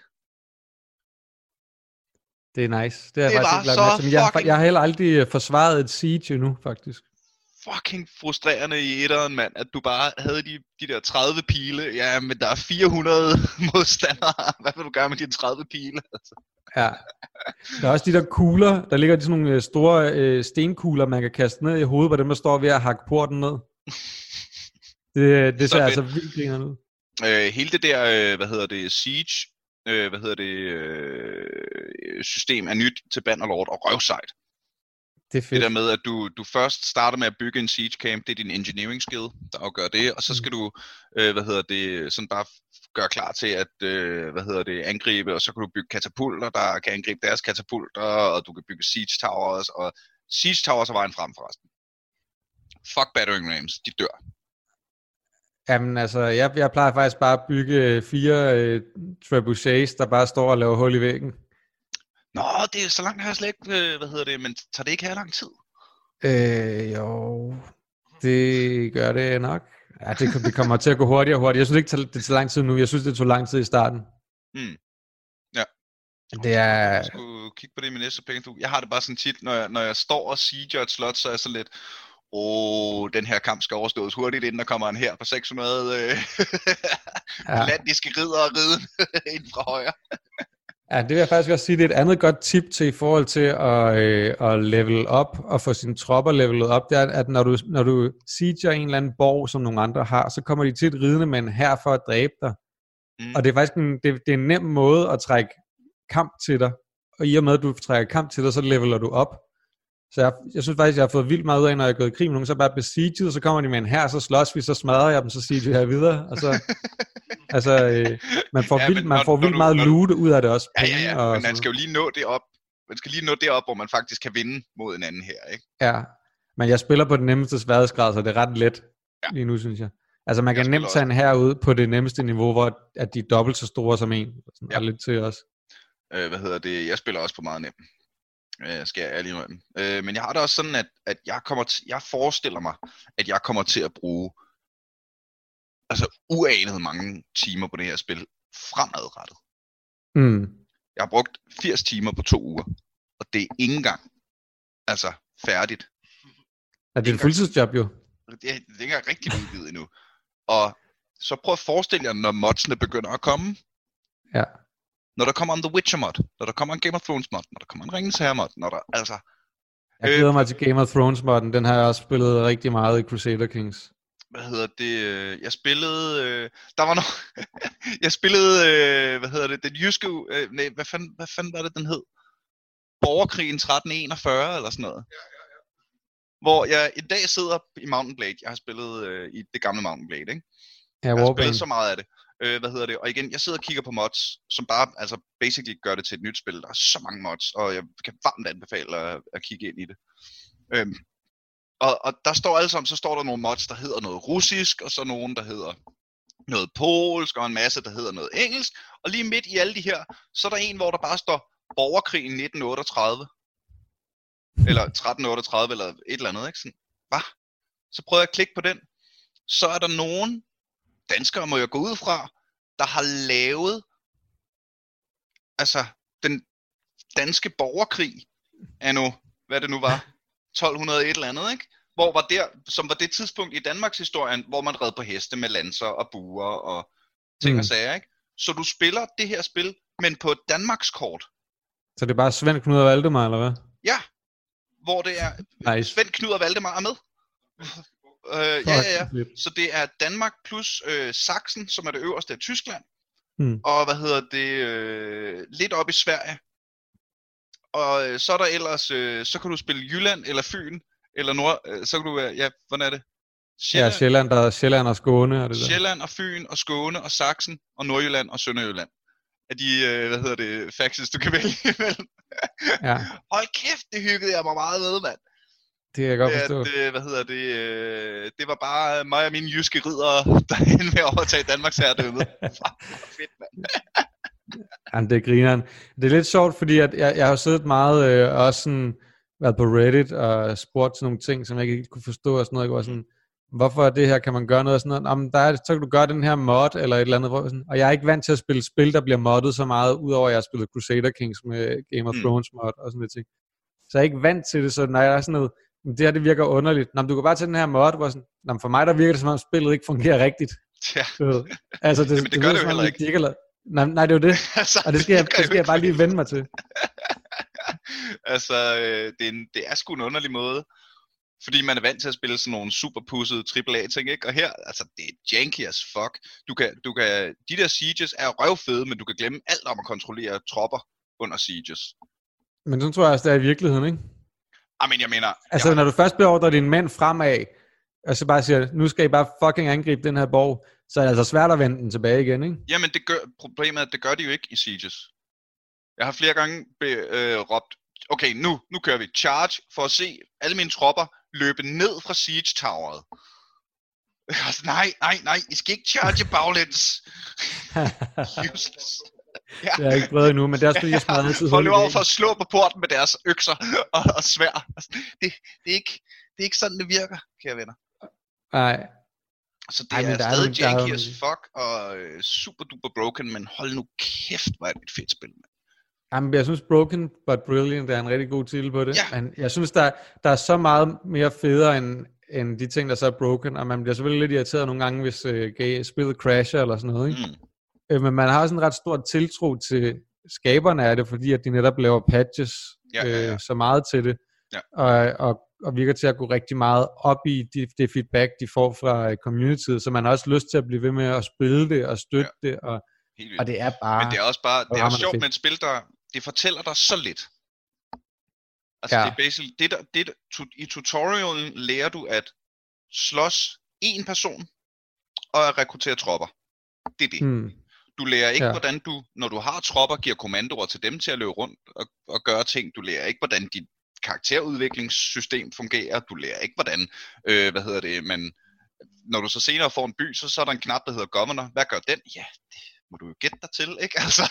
Det er nice. Det er faktisk ikke så fucking... Jeg har heller aldrig forsvaret et siege endnu, faktisk. fucking frustrerende i etteren, mand, at du bare havde de der 30 pile. Ja, men der er 400 modstandere. Hvad vil du gøre med de 30 pile? Altså. Ja. Der er også de der kugler, der ligger sådan nogle store stenkugler, man kan kaste ned i hovedet på dem, der står ved at hakke porten ned. Det ser altså vildt grinerende ud. Hele det der, Siege, system er nyt til Bannerlord og røvsejt. Det er fedt. Det der med, at du først starter med at bygge en siege camp, det er din engineering skill, der afgør det, og så skal du, sådan bare gøre klar til at, angribe, og så kan du bygge katapulter, der kan angribe deres katapulter, og du kan bygge siege towers, og siege towers er vejen frem forresten. Fuck battering rams, de dør. Jamen altså, jeg plejer faktisk bare at bygge 4 trebuchets, der bare står og laver hul i væggen. Nå, det er så langt har jeg slet ikke, men tager det ikke her lang tid? Jo, det gør det nok. Ja, det kommer til at gå hurtigere og hurtigere. Jeg synes ikke, det tager lang tid nu. Jeg synes, det tog lang tid i starten. Ja. Det er... Jeg skulle kigge på det i min næste penge. Jeg har det bare sådan tit, når jeg står og sieger et slot, så er jeg så lidt... den her kamp skal overstås hurtigt, inden der kommer en her på 600 atlantiske ridder og riden ind fra højre. Ja, det vil jeg faktisk også sige, det er et andet godt tip til i forhold til at level op og få sine tropper levelet op, det er, at når du sieger en eller anden borg, som nogle andre har, så kommer de tit ridende med en hær for at dræbe dig. Og det er faktisk det er en nem måde at trække kamp til dig, og i og med at du trækker kamp til dig, så leveler du op. Så jeg synes faktisk, jeg har fået vildt meget ud af, når jeg er gået i krig med nogen, så bare besieget, og så kommer de med en hær, så slås vi, så smadrer jeg dem, så siger jeg videre. Og så, man får vildt meget loot ud af det også. Ja, men man skal jo lige nå det op. Man skal lige nå det op, hvor man faktisk kan vinde mod en anden her, ikke? Ja, men jeg spiller på den nemmeste sværhedsgrad, så det er ret let lige nu, synes jeg. Altså man kan nemt tage en hær ud på det nemmeste niveau, hvor at de er dobbelt så store som en. Sådan, og lidt til os. Jeg spiller også på meget nemt. Skal jeg ærlig indrømme. Men jeg har det også sådan, at jeg forestiller mig, at jeg kommer til at bruge uanet mange timer på det her spil fremadrettet. Jeg har brugt 80 timer på 2 uger, og det er ikke engang færdigt. Er det et fuldtidsjob jo? Det er ikke engang rigtig udgivet endnu. Og så prøv at forestille jer, når modsene begynder at komme. Ja. Når der kommer en The Witcher mod, når der kommer en Game of Thrones mod, når der kommer en Ringens Herre mod, når der Jeg glæder mig til Game of Thrones modden, den har jeg også spillet rigtig meget i Crusader Kings. Jeg spillede, der var jeg spillede, den jyske, hvad fanden var det, den hed? Borgerkrigen 1341 eller sådan noget. Hvor jeg i dag sidder i Mountain Blade, jeg har spillet i det gamle Mountain Blade, ikke? Ja, jeg har spillet så meget af det. Og igen, jeg sidder og kigger på mods, som bare, basically gør det til et nyt spil. Der er så mange mods, og jeg kan varmt anbefale at kigge ind i det. Og der står alle sammen, så står der nogle mods, der hedder noget russisk, og så nogen, der hedder noget polsk, og en masse, der hedder noget engelsk. Og lige midt i alle de her, så er der en, hvor der bare står Borgerkrigen 1938. Eller 1338, eller et eller andet, ikke? Sådan, hvad? Så prøver jeg at klikke på den. Så er der nogen, danskere må jeg gå ud fra, der har lavet den danske borgerkrig anno, hvad det nu var, 1200 et eller andet, ikke? Hvor var som var det tidspunkt i Danmarks historien, hvor man red på heste med lanser og buer og ting og sager, ikke? Så du spiller det her spil, men på et Danmarks kort. Så det er bare Svend, Knud og Valdemar, eller hvad? Ja, hvor det er nice. Svend, Knud og Valdemar er med. Ja. Så det er Danmark plus Sachsen, som er det øverste af Tyskland. Og lidt op i Sverige. Og så er der ellers, så kan du spille Jylland eller Fyn eller Nord. Så kan du hvordan er det? Sjælland og Skåne. Er det der? Sjælland og Fyn og Skåne og Sachsen og Nordjylland og Sønderjylland. Er de factions, du kan vælge imellem. Ja. Hold kæft, det hyggede jeg mig meget med, mand. Det kan jeg godt forstå. Det var bare mig og mine jyske riddere, der endte med at overtage Danmarks herredømme. Fedt, mand. Jamen, det er grineren. Det er lidt sjovt, fordi at jeg har siddet meget også sådan, været på Reddit og spurgt til nogle ting, som jeg ikke kunne forstå og sådan noget. Jeg var sådan, hvorfor er det her, kan man gøre noget og sådan noget? Så kan du gøre den her mod eller et eller andet. Og jeg er ikke vant til at spille spil, der bliver moddet så meget, udover at jeg har spillet Crusader Kings med Game of Thrones mod og sådan noget ting. Så jeg er ikke vant til det, så når jeg er sådan noget, men det her, det virker underligt. Nå, men du kan bare tage den her mod, hvor sådan, nå, for mig, der virker det, som om spillet ikke fungerer rigtigt. Ja. Altså, det, Jamen, det gør det jo heller ikke. Nej, det er jo det. Altså, og det skal jeg bare lige vende mig til. Altså, det er sgu en underlig måde. Fordi man er vant til at spille sådan nogle super pussede AAA-ting, ikke? Og her, altså, det er janky as fuck. De der sieges er røvfede, men du kan glemme alt om at kontrollere tropper under sieges. Men sådan tror jeg også, det er i virkeligheden, ikke? Men jeg mener... Altså, når du først beordrer dine mænd fremad, og så bare siger, nu skal I bare fucking angribe den her borg, så er det altså svært at vende den tilbage igen, ikke? Jamen, problemet er, at det gør de jo ikke i sieges. Jeg har flere gange råbt, okay, nu kører vi charge, for at se alle mine tropper løbe ned fra siege toweret. Altså, nej, I skal ikke charge baglæns. Useless. Ja. Det er ikke prøvet endnu, men det er også fordi, jeg smadrer altid. For nu over for at slå på porten med deres økser og sværd. Altså, det er ikke sådan, det virker, kære venner. Nej. Så det er stadig janky as fuck og super duper broken, men hold nu kæft, hvor er det et fedt spil. Jamen, jeg synes Broken But Brilliant er en rigtig god titel på det. Ja. Men jeg synes, der er så meget mere federe end de ting, der så er broken. Og man bliver selvfølgelig lidt irriteret nogle gange, hvis spillet crasher eller sådan noget. Ikke? Men man har også en ret stor tiltro til skaberne af det, fordi at de netop laver patches så meget til det. Ja. Og virker til at gå rigtig meget op i det feedback, de får fra communityet. Så man har også lyst til at blive ved med at spille det og støtte det. Og det er bare... Men det er også bare, det er også sjovt med et spil, det fortæller dig så lidt. Altså det er basically, i tutorialen lærer du at slås en person og at rekruttere tropper. Det er det. Du lærer ikke, hvordan du, når du har tropper, giver kommandoer til dem til at løbe rundt og gøre ting. Du lærer ikke, hvordan dit karakterudviklingssystem fungerer. Du lærer ikke, hvordan, men når du så senere får en by, så er der en knap, der hedder governor. Hvad gør den? Ja, det må du jo gætte dig til, ikke? Altså.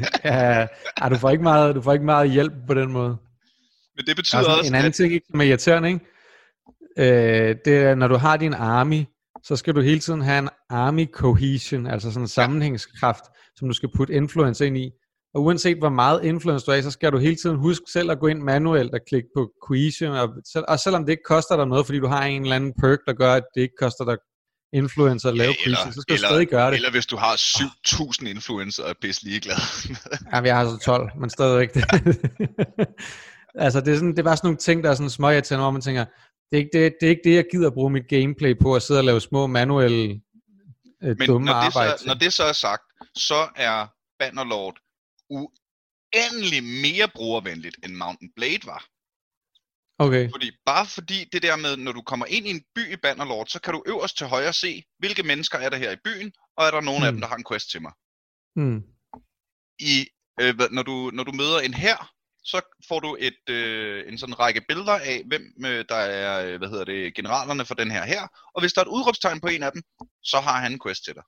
Du får ikke meget hjælp på den måde. Men det betyder også, en anden ting, som er irriterende, ikke? Det er, når du har din army, så skal du hele tiden have en army cohesion, altså sådan en sammenhængskraft, som du skal putte influence ind i. Og uanset hvor meget influence du er, så skal du hele tiden huske selv at gå ind manuelt og klikke på cohesion, og selvom det ikke koster dig noget, fordi du har en eller anden perk, der gør, at det ikke koster dig influencer at lave cohesion, så skal du stadig gøre det. Eller hvis du har 7.000 influencer og er pisse ligeglad. Jamen, jeg har så 12, men stadigvæk det. Altså, det er bare sådan nogle ting, der er sådan småirriterende, hvor man tænker, det er ikke det, jeg gider bruge mit gameplay på, at sidde og lave små manuelle dumme arbejde. Men når det så er sagt, så er Bannerlord uendelig mere brugervenligt, end Mountain Blade var. Okay. Fordi det der med, når du kommer ind i en by i Bannerlord, så kan du øverst til højre se, hvilke mennesker er der her i byen, og er der nogen af dem, der har en quest til mig. Når du møder en hær, så får du en sådan række billeder af, hvem der er, generalerne for den her hær, og hvis der er et udråbstegn på en af dem, så har han en quest til dig.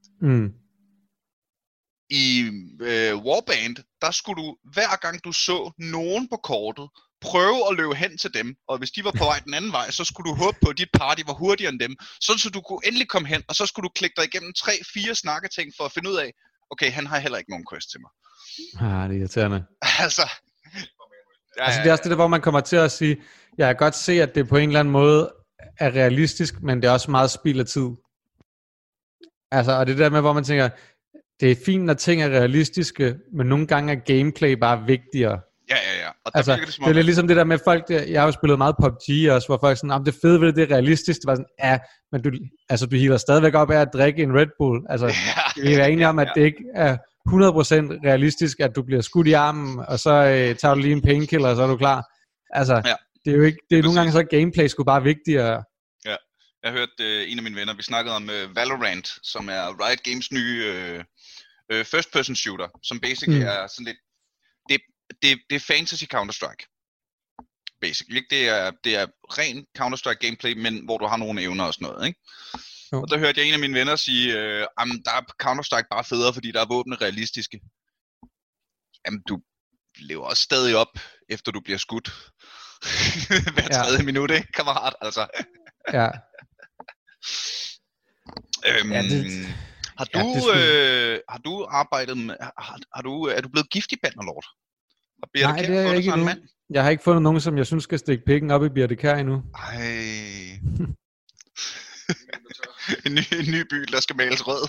I Warband, der skulle du, hver gang du så nogen på kortet, prøve at løbe hen til dem, og hvis de var på vej den anden vej, så skulle du håbe på, at dit party var hurtigere end dem, sådan så du kunne endelig komme hen, og så skulle du klikke dig igennem 3-4 snakketing for at finde ud af, okay, han har heller ikke nogen quest til mig. Det er irriterende. Altså, det er også det der, hvor man kommer til at sige, jeg kan godt se, at det på en eller anden måde er realistisk, men det er også meget spild af tid. Altså, og det der med, hvor man tænker, det er fint, når ting er realistiske, men nogle gange er gameplay bare vigtigere. Ja. Og der altså, det er lidt ligesom det der med folk, jeg har jo spillet meget PUBG også, hvor folk sådan, det fede ved det er realistisk. Det var sådan, men du healer stadigvæk op af at drikke en Red Bull. Altså, vi er enige om, at det ikke er 100% realistisk, at du bliver skudt i armen, og så tager du lige en painkiller, og så er du klar. Altså, det er jo ikke, det er nogle gange så gameplay sgu bare vigtigere. Ja, jeg har hørt en af mine venner, vi snakkede om Valorant, som er Riot Games nye first person shooter, som basically er sådan lidt, det er fantasy Counter-Strike. Basically, ikke? Det er ren Counter-Strike gameplay, men hvor du har nogle evner og sådan noget, ikke? Og der hørte jeg en af mine venner sige, der er Counter-Strike bare federe, fordi der er våbne realistiske. Jamen, du lever også stadig op, efter du bliver skudt. Hver tredje minut, ikke, kammerat? Altså. Ja. Har du arbejdet med, er du blevet gift i Bannerlord? Og Birthe Nej, Kjær det er jeg fundet ikke sig en endnu. mand? Jeg har ikke fundet nogen, som jeg synes skal stikke pikken op i Birthe Kjær endnu. Ej. en ny by, der skal males rød.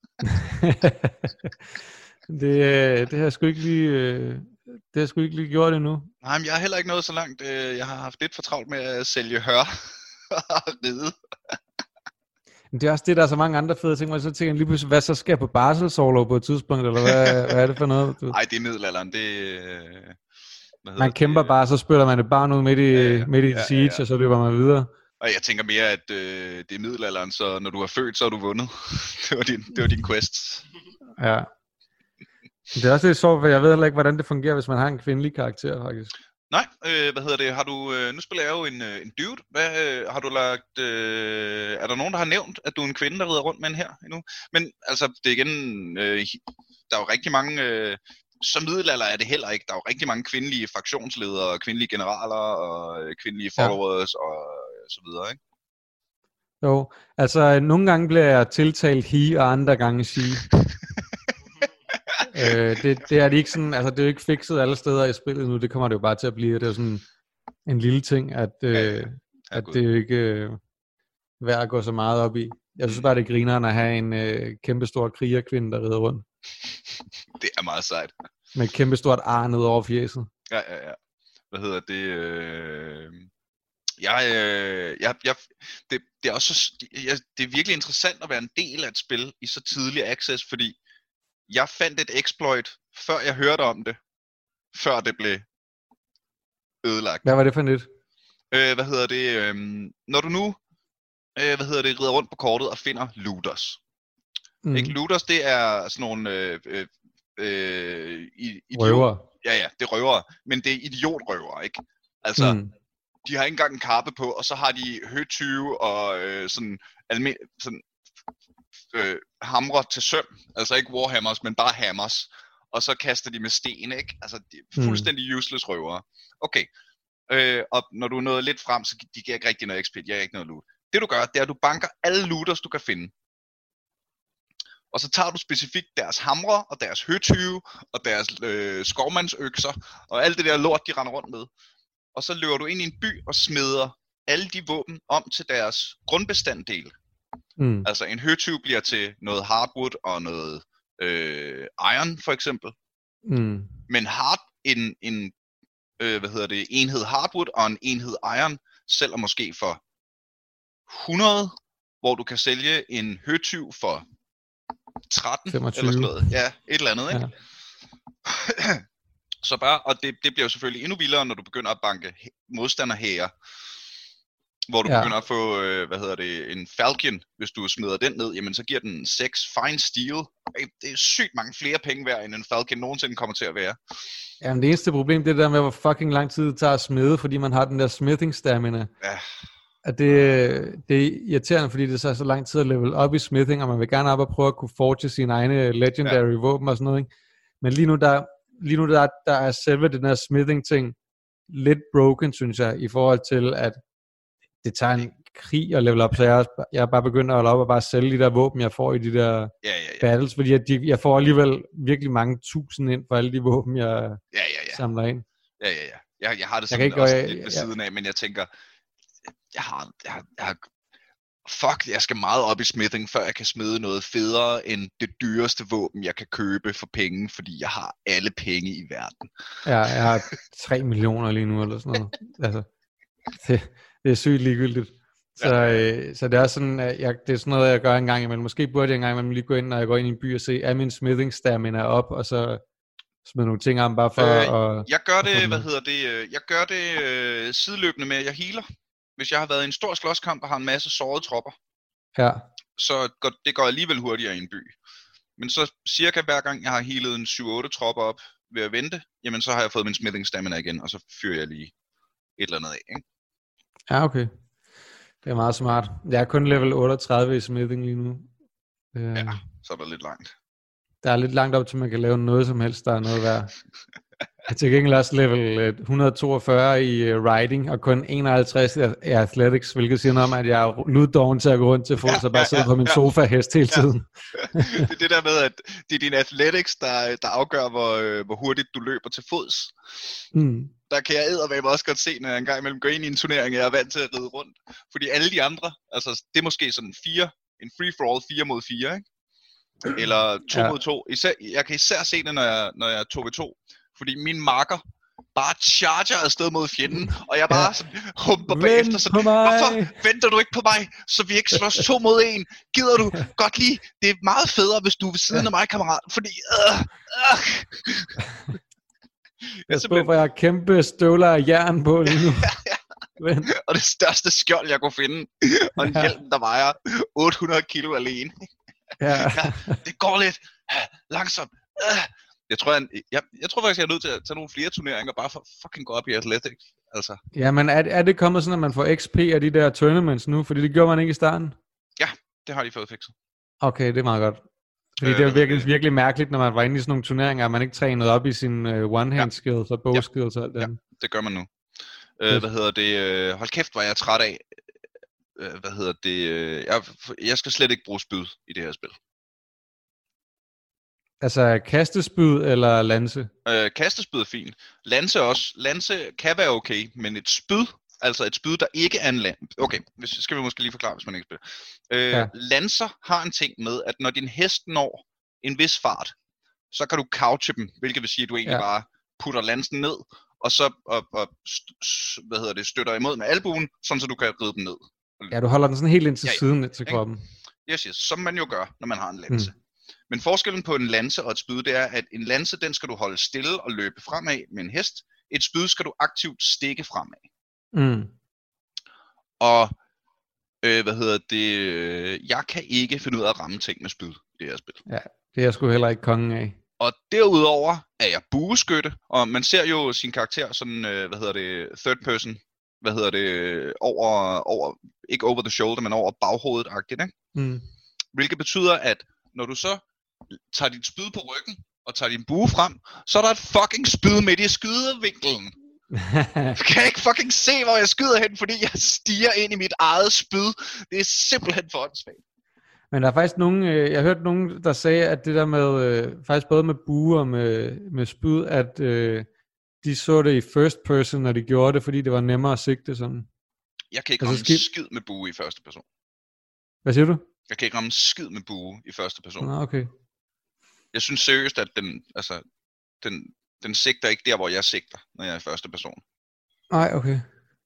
det har jeg sgu ikke lige, det har jeg sgu ikke lige gjort endnu. Nej, men jeg har heller ikke nået så langt. Jeg har haft lidt for travlt med at sælge hør og ride. Men det er også det, der er så mange andre fede ting, hvor jeg så tænker lige pludselig, hvad så skal jeg på barselsorlov på et tidspunkt, eller hvad er det for noget? Nej, det er middelalderen. Man kæmper bare, så spiller man et barn ud midt i siege, og så løber man videre. Og jeg tænker mere, at det er middelalderen, så når du er født, så har du vundet. det var din quest. Ja. Det er også lidt sjovt, for jeg ved heller ikke, hvordan det fungerer, hvis man har en kvindelig karakter, faktisk. Nej, har du, nu spiller jeg jo en dude. Har du lagt, er der nogen, der har nævnt, at du er en kvinde, der rider rundt med en her endnu? Men altså, det er igen, der er jo rigtig mange, som middelalder er det heller ikke, der er jo rigtig mange kvindelige fraktionsledere, kvindelige generaler og kvindelige followers og så videre, ikke? Jo, altså nogle gange bliver jeg tiltalt he, og andre gange she. Det er det ikke sådan, altså det er jo ikke fikset alle steder i spillet nu, det kommer det jo bare til at blive, det er jo sådan en lille ting, at det er jo ikke værd at gå så meget op i. Jeg synes bare, det er grineren at have en kæmpestor krigerkvinde, der rider rundt. Det er meget sejt. Med et kæmpestort ar ned over fjeset. Ja. Det er også det er virkelig interessant at være en del af et spil i så tidlig access, fordi jeg fandt et exploit, før jeg hørte om det, før det blev ødelagt. Hvad var det for nyt? Når du nu rider rundt på kortet og finder looters. Ikke? Looters, det er sådan nogle røver. Ja, det er røvere, men det er idiotrøvere, ikke? Altså, de har ikke engang en kappe på, og så har de høtyve og hamre til søm. Altså ikke warhammers, men bare hammers. Og så kaster de med sten, ikke? Altså, de er fuldstændig useless røvere. Okay. Og når du er nået lidt frem, så de giver ikke rigtig noget XP, de giver ikke noget loot. Det du gør, det er, at du banker alle looters, du kan finde. Og så tager du specifikt deres hamre, og deres høtyve, og deres skovmandsøkser, og alt det der lort, de render rundt med. Og så løber du ind i en by og smider alle de våben om til deres grundbestanddel. Altså en høtyve bliver til noget hardwood og noget iron for eksempel. Men en enhed hardwood og en enhed iron sælger måske for 100, hvor du kan sælge en høtyv for 13 25. eller sådan noget. Ja, et eller andet, ikke? Ja. Så bare, og det bliver jo selvfølgelig endnu vildere, når du begynder at banke modstanderhære, hvor du begynder at få, en falcon, hvis du smider den ned, jamen så giver den 6 fine steel. Det er sygt mange flere penge værd, end en falcon nogensinde kommer til at være. Jamen det eneste problem, det er der med, hvor fucking lang tid det tager at smide, fordi man har den der smithing stamina. Ja. At det er irriterende, fordi det så lang tid at level op i smithing, og man vil gerne op og prøve at kunne forge sine egne legendary våben og sådan noget, ikke? Men lige nu der er selve den her smithing ting lidt broken, synes jeg, i forhold til, at det tager en krig at level op, så jeg er bare begyndt at holde op og bare sælge de der våben, jeg får i de der battles, fordi jeg får alligevel virkelig mange tusind ind for alle de våben, jeg samler ind. Ja. Jeg har det sådan også lidt ved siden af, men jeg tænker, jeg skal meget op i smithing, før jeg kan smide noget federe end det dyreste våben, jeg kan købe for penge, fordi jeg har alle penge i verden. Ja, jeg har 3 millioner lige nu, eller sådan noget. Altså, det er sygt ligegyldigt. Så det er sådan, det er sådan noget, jeg gør en gang imellem. Måske burde jeg en gang imellem lige gå ind, når jeg går ind i en by og se, er min smithing stamina op, og så smide nogle ting om bare for at... Jeg gør det, jeg gør det sideløbende med, at jeg healer. Hvis jeg har været i en stor slåskamp og har en masse sårede tropper, så det går alligevel hurtigere i en by. Men så cirka hver gang jeg har healet en 7-8 tropper op ved at vente, jamen så har jeg fået min smithing stamina igen, og så fyrer jeg lige et eller andet af, ikke? Ja, okay. Det er meget smart. Jeg er kun level 38 i smithing lige nu. Ja, så er der lidt langt. Der er lidt langt op til, man kan lave noget som helst, der er noget værd. Jeg er til gengæld også level 142 i riding, og kun 51 i athletics, hvilket siger noget om, at jeg er luddoven til at gå rundt til fods, og bare sidde på min sofa-hest hele tiden. Det er det der med, at det er din athletics, der afgør, hvor hurtigt du løber til fods. Der kan jeg eddermame også godt se, når jeg engang imellem går ind i en turnering, og jeg er vant til at ride rundt. Fordi alle de andre, altså det er måske sådan en free-for-all 4 mod 4, ikke? Eller 2 mod 2. Jeg kan især se det, når jeg er 2v2. Fordi min marker bare charger afsted mod fjenden, og jeg bare sådan humper bagefter. Sådan, hvorfor venter du ikke på mig, så vi ikke slås 2 mod 1? Gider du godt lige? Det er meget federe, hvis du er ved siden af mig, kammerat. Fordi... Jeg tror, for jeg har kæmpe støvler af jern på lige nu. Og det største skjold, jeg kunne finde. Og en hjelm, der vejer 800 kilo alene. Ja, det går lidt langsomt. Jeg tror faktisk, jeg er nødt til at tage nogle flere turneringer, bare for at fucking gå op i athletics. Altså. Ja, men er det kommet sådan, at man får XP af de der tournaments nu? Fordi det gjorde man ikke i starten. Ja, det har de fået fikset. Okay, det er meget godt. Fordi det er virkelig mærkeligt, når man var inde i sådan nogle turneringer, at man ikke trænede op i sin one-hand skills og bow skills og alt det. Ja, det gør man nu. Hold kæft, hvor jeg er træt af. Jeg skal slet ikke bruge spyd i det her spil. Altså kastespyd eller lanse? Kastespyd er fint. Lanse også. Lanse kan være okay, men et spyd, altså et spyd, der ikke er en lanse. Okay, skal vi måske lige forklare, hvis man ikke spiller. Lanser har en ting med, at når din hest når en vis fart, så kan du couche dem, hvilket vil sige, at du egentlig bare putter lansen ned, og så støtter imod med albuen, sådan så du kan ride dem ned. Ja, du holder den sådan helt ind til siden til kroppen. Yes, som man jo gør, når man har en lanse. Men forskellen på en lanse og et spyd, det er, at en lanse, den skal du holde stille og løbe fremad med en hest. Et spyd skal du aktivt stikke fremad. Og, jeg kan ikke finde ud af at ramme ting med spyd i det her spil. Ja, det er jeg sgu heller ikke kongen af. Og derudover er jeg bueskytte, og man ser jo sin karakter sådan, third person, over, ikke over the shoulder, men over baghovedet-agtigt, ikke? Hvilket betyder, at når du så tager dit spyd på ryggen, og tager din bue frem, så er der et fucking spyd midt i skydevinkelen. Du kan ikke fucking se, hvor jeg skyder hen, fordi jeg stiger ind i mit eget spyd. Det er simpelthen for åndssvagt. Men der er faktisk nogen, jeg har hørt nogen, der sagde, at det der med, faktisk både med bue og med spyd, at de så det i first person, når de gjorde det, fordi det var nemmere at sigte sådan. Jeg kan ikke ramme skid med bue i første person. Hvad siger du? Jeg kan ikke ramme skid med bue i første person. Okay. Jeg synes seriøst, at den sigter ikke der, hvor jeg sigter, når jeg er i første person. Nej, okay.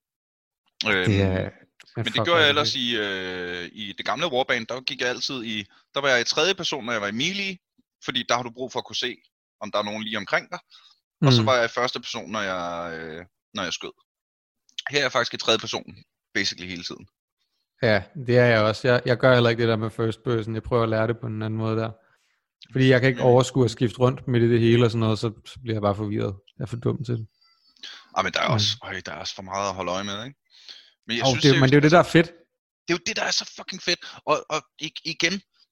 Men det gjorde jeg ellers i det gamle Warband, der gik jeg altid der var jeg i tredje person, når jeg var i melee, fordi der har du brug for at kunne se, om der er nogen lige omkring dig. Og så var jeg i første person, når jeg skød. Her er jeg faktisk i tredje person, basically hele tiden. Ja, det er jeg også. Jeg gør heller ikke det der med first person. Jeg prøver at lære det på en anden måde der. Fordi jeg kan ikke overskue at skifte rundt midt i det hele og sådan noget, så bliver jeg bare forvirret. Jeg er for dum til det. Men der er også for meget at holde øje med, ikke? Men men det er jo det, der er fedt. Det er jo det, der er så fucking fedt. Og igen,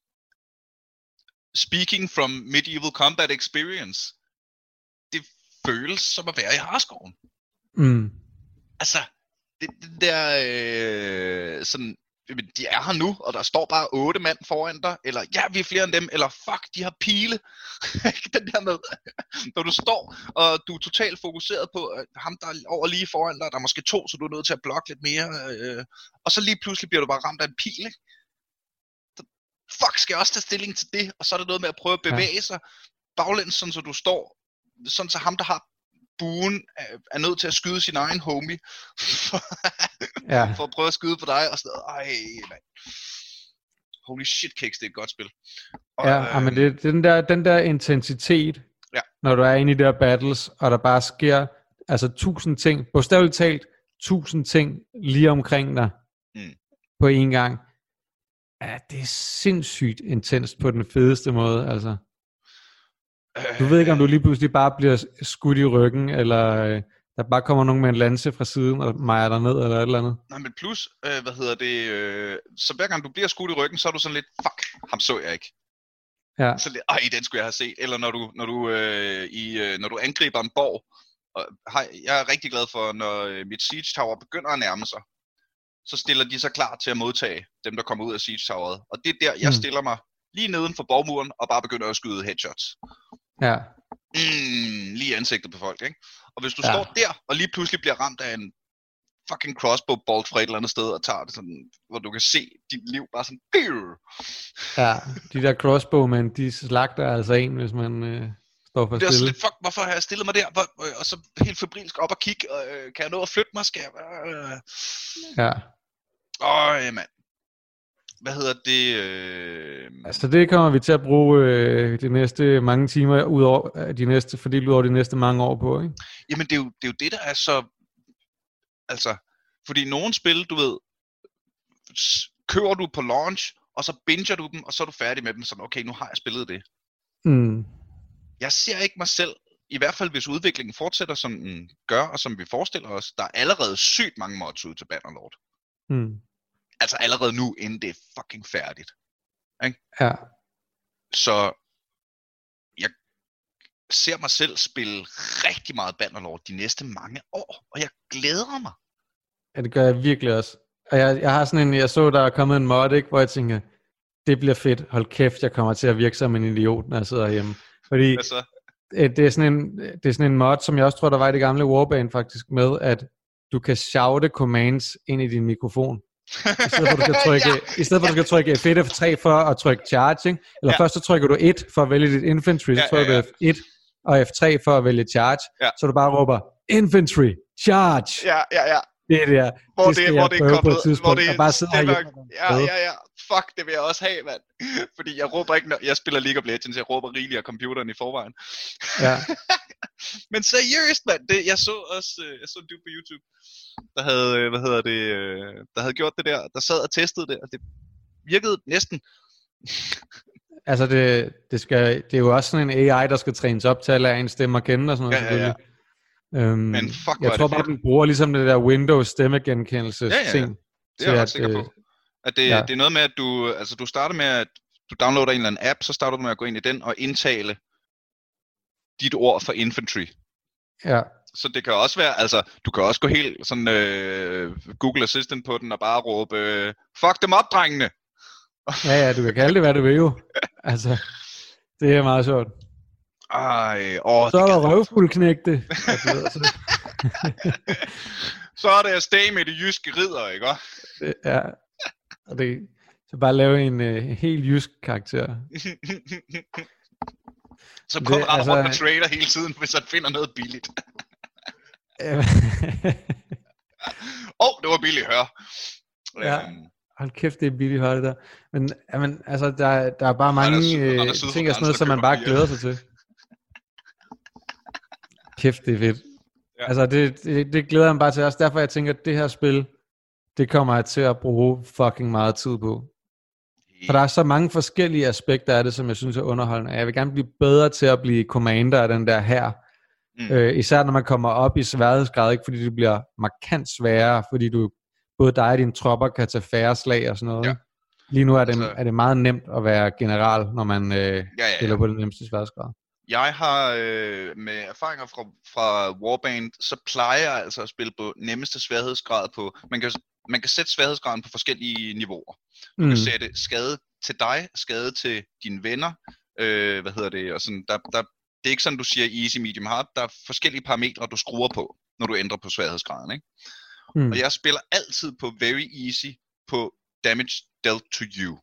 speaking from medieval combat experience, det føles som at være i Harskoven. Altså, det der sådan, de er her nu, og der står bare 8 mand foran dig, eller ja, vi er flere end dem, eller fuck, de har pile. Den der med, når du står, og du er totalt fokuseret på ham, der er over lige foran dig, der er måske 2, så du er nødt til at blokke lidt mere, og så lige pludselig bliver du bare ramt af en pil, ikke? Fuck, skal jeg også tage stilling til det? Og så er det noget med at prøve at bevæge sig baglæns, sådan så du står, sådan så ham, der har buen, er nødt til at skyde sin egen homie, for at prøve at skyde på dig, og sådan noget. Ej, man. Holy shit cakes, det er et godt spil. Og, men det er den der intensitet, når du er inde i de der battles, og der bare sker, altså 1000 ting, bogstaveligt talt, 1000 ting lige omkring dig, på én gang. Ja, det er sindssygt intenst på den fedeste måde, altså. Du ved ikke, om du lige pludselig bare bliver skudt i ryggen, eller der bare kommer nogen med en lanse fra siden og mejer dig ned, eller et eller andet. Nej, men plus, så hver gang du bliver skudt i ryggen, så er du sådan lidt, fuck, ham så jeg ikke. Ja. Så den skulle jeg have set. Eller når du angriber en borg. Og jeg er rigtig glad for, når mit Siege Tower begynder at nærme sig, så stiller de sig klar til at modtage dem, der kommer ud af Siege Toweret. Og det er der, jeg stiller mig lige neden for borgmuren, og bare begynder at skyde headshots. Ja. Lige i ansigtet på folk, ikke? Og hvis du står der, og lige pludselig bliver ramt af en fucking crossbow bolt fra et eller andet sted, og tager det sådan, hvor du kan se dit liv bare sådan... Ja, de der crossbowmen, de slagter altså en, hvis man står for stille. Det er fuck, hvorfor har jeg stillet mig der? Og så helt febrilsk op og kigge, kan jeg nå at flytte mig? Skal jeg... Ja. Mand. Hvad hedder det? Altså det kommer vi til at bruge de næste mange timer, fordelt ud over de næste mange år på, ikke? Jamen det er jo det, der er så... Altså, fordi nogle spil, du ved, kører du på launch, og så binger du dem, og så er du færdig med dem, sådan, okay, nu har jeg spillet det. Jeg ser ikke mig selv, i hvert fald hvis udviklingen fortsætter, som den gør, og som vi forestiller os, der er allerede sygt mange mods ud til Bannerlord. Altså allerede nu, inden det er fucking færdigt. Ikke? Ja. Så jeg ser mig selv spille rigtig meget Bannerlord de næste mange år, og jeg glæder mig. Ja, det gør jeg virkelig også. Og jeg har sådan jeg så der er kommet en mod, ikke, hvor jeg tænker, det bliver fedt, hold kæft, jeg kommer til at virke som en idiot, når jeg sidder hjemme. Fordi det er sådan en mod, som jeg også tror, der var i det gamle Warbane faktisk, med at du kan shoute commands ind i din mikrofon. I stedet for, du skal trykke F1 og F3 for at trykke charge, ikke? Eller først så trykker du 1 for at vælge dit infantry, så trykker du F1 og F3 for at vælge charge, så du bare råber, infantry, charge. Ja. Det er der. Hvor det er koblet, hvor det bare sidder ja. Fuck, det vil jeg også have, mand. Fordi jeg råber ikke, når jeg spiller League of Legends, jeg råber rigeligt af computeren i forvejen. Ja. Men seriøst, mand, jeg så en dude på YouTube, der havde, der havde gjort det der, der sad og testede det, og det virkede næsten. Altså det er jo også sådan en AI, der skal trænes op til at lære en stemme at kende og sådan noget, selvfølgelig. Men fuck, jeg tror bare, den bruger ligesom det der Windows stemmegenkendelse ting. Det er jeg ret sikker på. At det er noget med, at du starter med, at du downloader en eller anden app, så starter du med at gå ind i den og indtale dit ord for infantry. Ja. Så det kan også være, altså, du kan også gå helt sådan Google Assistant på den og bare råbe, fuck dem op, drengene! Ja, du kan kalde det, hvad du vil jo. Altså, det er meget sjovt. Så er der røvfuldknægte. Så er det afsted med de jyske ridder, ikke? Ja, og det så bare lave en helt jysk karakter. Så kommer han rundt med trader hele tiden, hvis han finder noget billigt. Det var billigt hør. Ja. Hold kæft, det er billigt hør det der. Men altså, der er bare mange ting og sådan noget, som man bare glæder sig til. Kæft, det er fedt. Ja. Altså, det glæder jeg mig bare til også. Derfor jeg tænker, at det her spil, det kommer jeg til at bruge fucking meget tid på. For der er så mange forskellige aspekter af det, som jeg synes er underholdende. Jeg vil gerne blive bedre til at blive commander af den der her. Især når man kommer op i sværhedsgrad, ikke fordi det bliver markant sværere, fordi både dig og dine tropper kan tage færre slag og sådan noget. Ja. Lige nu er det meget nemt at være general, når man spiller på den nemmeste sværhedsgrad. Jeg har med erfaringer fra Warband, så plejer jeg altså at spille på nemmeste sværhedsgrad på. Man kan sætte sværhedsgraden på forskellige niveauer. Du kan sætte skade til dig, skade til dine venner, og sådan. Det er ikke sådan, du siger easy, medium, hard. Der er forskellige parametre, du skruer på, når du ændrer på sværhedsgraden, ikke? Og jeg spiller altid på very easy på damage dealt to you.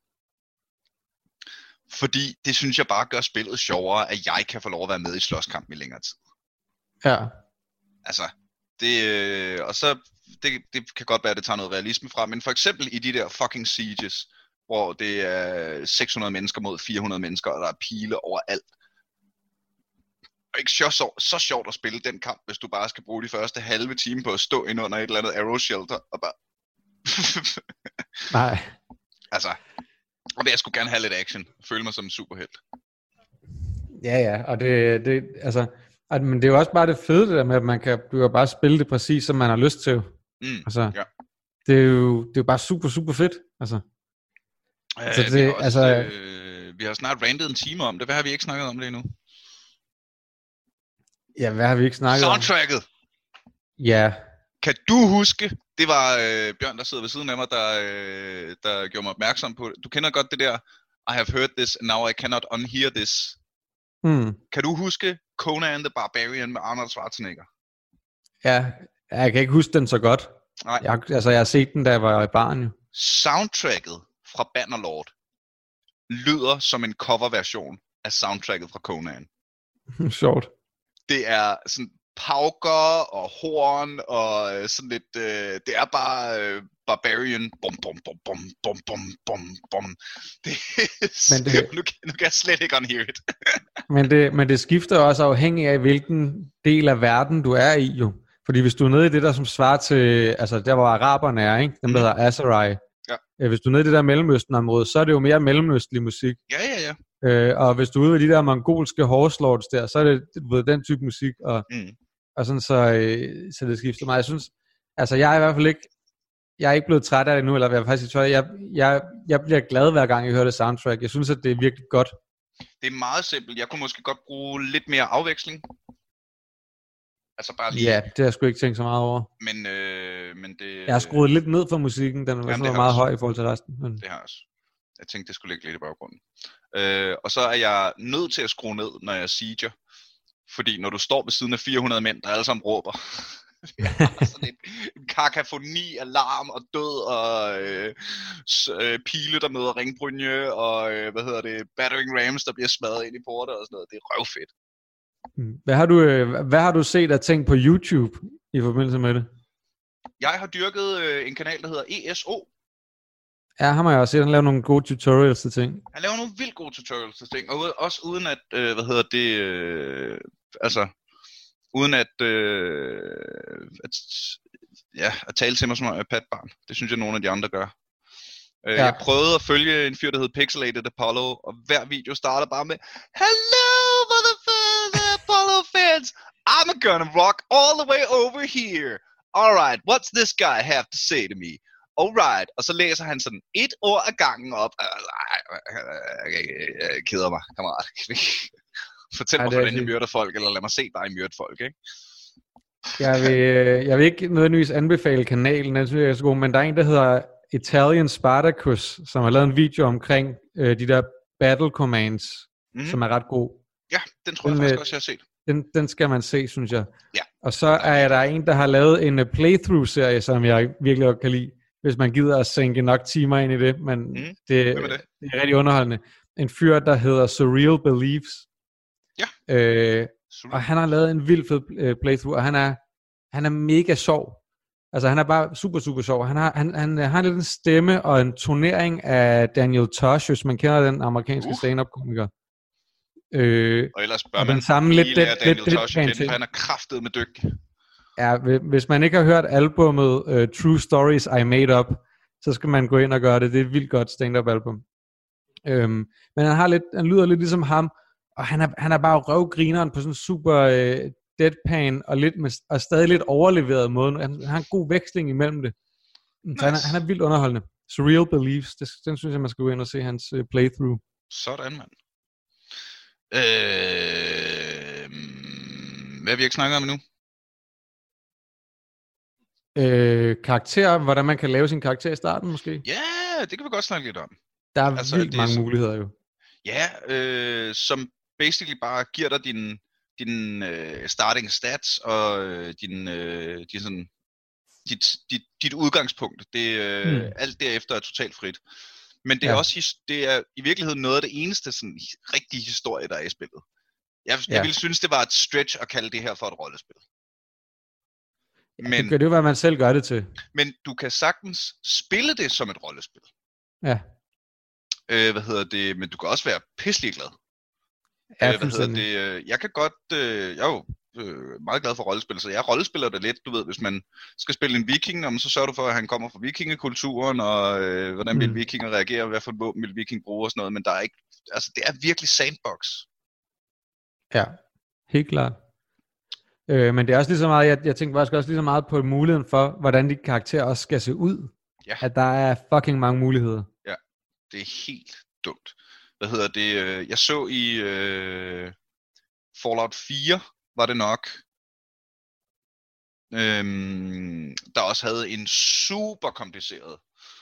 Fordi det synes jeg bare gør spillet sjovere, at jeg kan få lov at være med i slåskampen i længere tid. Ja. Altså, det kan godt være, at det tager noget realisme fra, men for eksempel i de der fucking sieges, hvor det er 600 mennesker mod 400 mennesker, og der er pile overalt. Og ikke så sjovt at spille den kamp, hvis du bare skal bruge de første halve time på at stå ind under et eller andet arrow shelter, og bare... Nej. Altså... Og jeg skulle gerne have lidt action. Føle mig som en superhelt. Ja, og det altså, men det er jo også bare det fede det der med, at du kan bare spille det præcis, som man har lyst til. Altså, det er jo bare super, super fedt. Altså. Ja, altså, vi har snart rantet en time om det. Hvad har vi ikke snakket om det endnu? Ja, hvad har vi ikke snakket Soundtracket! Ja. Kan du huske, det var Bjørn, der sidder ved siden af mig, der gjorde mig opmærksom på det. Du kender godt det der, I have heard this, and now I cannot unhear this. Kan du huske Conan the Barbarian med Arnold Schwarzenegger? Ja, jeg kan ikke huske den så godt. Nej. Jeg har set den, da jeg var i barn jo. Soundtracket fra Bannerlord lyder som en coverversion af soundtracket fra Conan. Sjovt. Det er sådan pauker og horn og sådan lidt, det er bare Barbarian, bum bum bum bum bum bum bum bum. Nu kan jeg slet ikke unhear it. men det skifter også afhængig af, hvilken del af verden du er i jo. Fordi hvis du er nede i det der, som svarer til, altså der hvor araberne er, ikke? Dem der hedder Azerai. Ja. Hvis du er nede i det der Mellemøsten-område, så er det jo mere mellemøstlig musik. Ja. Og hvis du er ude ved de der mongolske horselords der, så er det den type musik, og sådan så det skifter mig. Jeg synes, altså jeg er i hvert fald ikke, jeg er ikke blevet træt af det nu, eller jeg er faktisk jeg bliver glad hver gang jeg hører det soundtrack. Jeg synes, at det er virkelig godt. Det er meget simpelt. Jeg kunne måske godt bruge lidt mere afveksling. Altså bare lige... Ja, det har jeg sgu ikke tænkt så meget over. Men det... Jeg har skruet lidt ned for musikken, den var meget høj i forhold til resten. Men... Det har jeg også. Jeg tænkte, det skulle ligge lidt i baggrunden. Og så er jeg nødt til at skrue ned, når jeg sieger. Fordi når du står ved siden af 400 mænd, der alle sammen råber. Sådan en kakafoni af larm og død og pile, der møder ringbrynje og battering rams, der bliver smadret ind i porter og sådan noget. Det er røvfedt. Hvad har du set af ting på YouTube i forbindelse med det? Jeg har dyrket en kanal, der hedder ESO. Ja, ham har jeg også set. Han laver nogle gode tutorials til ting. Han laver nogle vildt gode tutorials til ting, og også uden at, uden at tale til mig som et patbarn. Det synes jeg, nogle af de andre gør. Ja. Jeg prøvede at følge en fyr, der hed Pixelated Apollo, og hver video starter bare med Hello, motherfucker, Apollo fans! I'm gonna rock all the way over here. Alright, what's this guy have to say to me? Alright, og så læser han sådan et ord ad gangen op. Jeg keder mig, kammerat. Fortæl mig, hvordan jeg myrder folk, eller lad mig se dig myrde folk, ikke? Jeg vil ikke nødvendigvis anbefale kanalen, den synes jeg er så god, men der er en, der hedder Italian Spartacus, som har lavet en video omkring de der battle commands, som er ret god. Ja, den tror jeg faktisk også, jeg har set. Den skal man se, synes jeg. Ja. Og så er der en, der har lavet en playthrough-serie, som jeg virkelig godt kan lide, hvis man gider at sænke nok timer ind i det, men det er rigtig underholdende. En fyr, der hedder Surreal Beliefs. Ja. Og han har lavet en vild fed playthrough, og han er mega sjov. Altså han er bare super, super sjov. Han har lidt en stemme og en turnering af Daniel Tosh, hvis man kender den amerikanske stand-up-komiker. Og ellers bør man samme lige lære Daniel Tosh at kende, for han er kraftet med dygtig. Ja, hvis man ikke har hørt albumet True Stories I Made Up, så skal man gå ind og gøre det. Det er et vildt godt stand-up album. Men han lyder lidt ligesom ham, og han er bare røvgrineren på sådan en super deadpan og stadig lidt overleveret måde. Han har en god veksling imellem det. Så nice. han er vildt underholdende. Surreal Beliefs, den synes jeg, man skal gå ind og se hans playthrough. Sådan, mand. Hvad har vi ikke snakket om endnu? Karakterer, hvordan man kan lave sin karakter i starten måske? Ja, det kan vi godt snakke lidt om. Der er vildt mange muligheder jo. Ja, som basically bare giver dig din starting stats og dit udgangspunkt. Det alt derefter er totalt frit. Men det er også det er i virkeligheden noget af det eneste sådan rigtige historie, der er i spillet. Jeg ville synes, det var et stretch at kalde det her for et rollespil. Men, det kan jo være, man selv gør det til. Men du kan sagtens spille det som et rollespil. Ja. Men du kan også være pisselig glad. Jeg kan godt, jeg er jo meget glad for rollespil, så jeg rollespiller det lidt, du ved, hvis man skal spille en viking, så sørger du for, at han kommer fra vikingekulturen, og hvordan vil vikinger reagere, hvad for et våben vil viking bruge og sådan noget, men der er ikke, altså det er virkelig sandbox. Ja, helt klart. Men det er også lige så meget, jeg tænker faktisk også lige så meget på muligheden for, hvordan de karakterer også skal se ud. Ja. At der er fucking mange muligheder. Ja, det er helt dumt. Jeg så i Fallout 4, var det nok, der også havde en super kompliceret,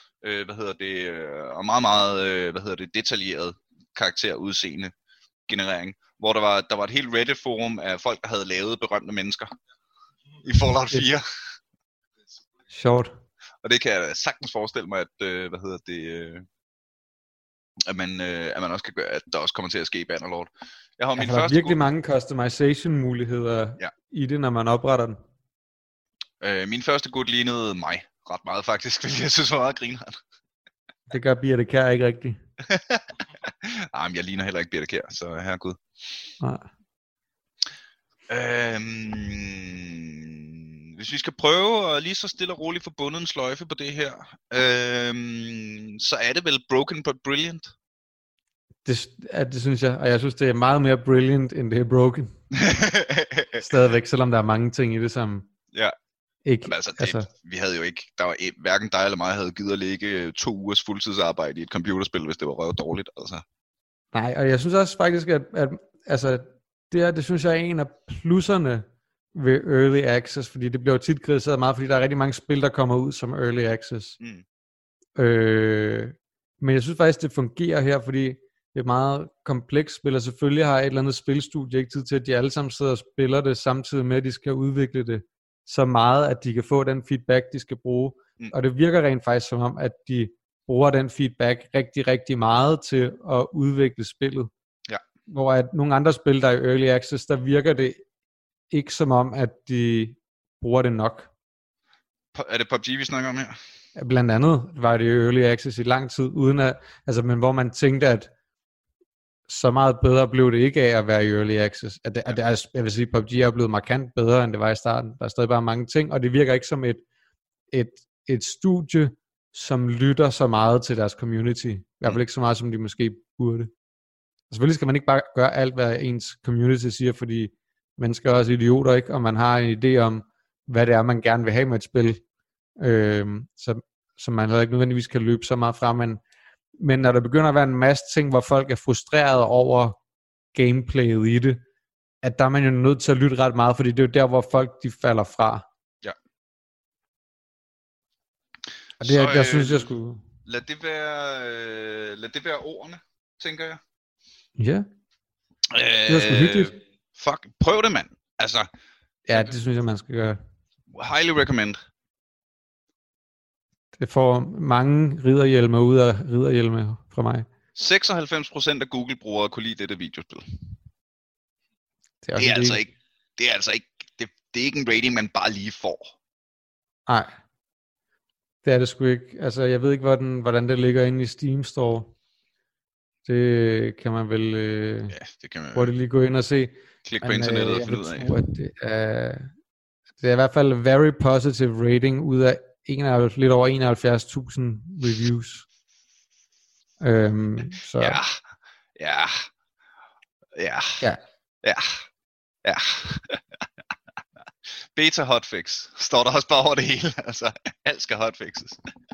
og meget, meget, detaljeret karakterudseende generering, hvor der var et helt Reddit-forum af folk, der havde lavet berømte mennesker i Fallout 4. Sjovt. Og det kan jeg sagtens forestille mig, at, at man også kan gøre, at der også kommer til at ske i Bannerlord. Jeg har min der er virkelig mange customization-muligheder i det, når man opretter den. Min første gut lignede mig ret meget faktisk, fordi jeg synes, var meget grineren. Det gør Birte Kjær ikke rigtigt. Nej, men jeg ligner heller ikke Birte Kjær, så herregud. Nej. Hvis vi skal prøve at lige så stille og roligt få bundet en sløjfe på det her, så er det vel broken but brilliant? Det synes jeg, og jeg synes, det er meget mere brilliant, end det er broken. Stadigvæk, selvom der er mange ting i det, som ikke... Men vi havde jo ikke, hverken dig eller mig havde givet at lægge 2 ugers fuldtidsarbejde i et computerspil, hvis det var røv dårligt, altså. Nej, og jeg synes også faktisk, at det synes jeg er en af plusserne ved Early Access, fordi det bliver jo tit kritiseret meget, fordi der er rigtig mange spil, der kommer ud som Early Access. Men jeg synes faktisk, det fungerer her, fordi det er et meget komplekst spil, og selvfølgelig har et eller andet spilstudie ikke tid til, at de alle sammen sidder og spiller det, samtidig med, at de skal udvikle det så meget, at de kan få den feedback, de skal bruge. Og det virker rent faktisk som om, at de bruger den feedback rigtig, rigtig meget til at udvikle spillet. Ja. Hvor at nogle andre spil, der er i Early Access, der virker det ikke som om, at de bruger det nok. Er det PUBG, vi snakker om her? Blandt andet var det i Early Access i lang tid, men hvor man tænkte, at så meget bedre blev det ikke af at være i Early Access. Jeg vil sige, at PUBG er blevet markant bedre, end det var i starten. Der er stadig bare mange ting, og det virker ikke som et studie, som lytter så meget til deres community. I hvert fald ikke så meget, som de måske burde. Og selvfølgelig skal man ikke bare gøre alt, hvad ens community siger, fordi mennesker er også idioter, ikke? Og man har en idé om, hvad det er, man gerne vil have med et spil. Så man heller ikke nødvendigvis kan løbe så meget fra, men når der begynder at være en masse ting, hvor folk er frustrerede over gameplayet i det, at der er man jo nødt til at lytte ret meget, fordi det er jo der, hvor folk de falder fra. Ja. Og det, jeg synes, jeg skulle... Lad det være ordene, tænker jeg. Ja. Det var sgu hyggeligt. Fuck, prøv det, mand. Altså. Ja, det synes jeg, man skal gøre. Highly recommend. Det får mange ridderhjelme ud af ridderhjelme fra mig. 96% af Google-brugere kunne lide dette videospil. Det er ikke en rating, man bare lige får. Nej. Det er det sgu ikke. Altså, jeg ved ikke, hvordan det ligger inde i Steam Store. Det kan man vel det kan man hurtigt lige gå ind og se. Klik på internettet og finde ud af. Det er i hvert fald very positive rating ud af lidt over 71.000 reviews. Så. Ja. Beta hotfix står der også bare over det hele. Altså, alt skal hotfixes.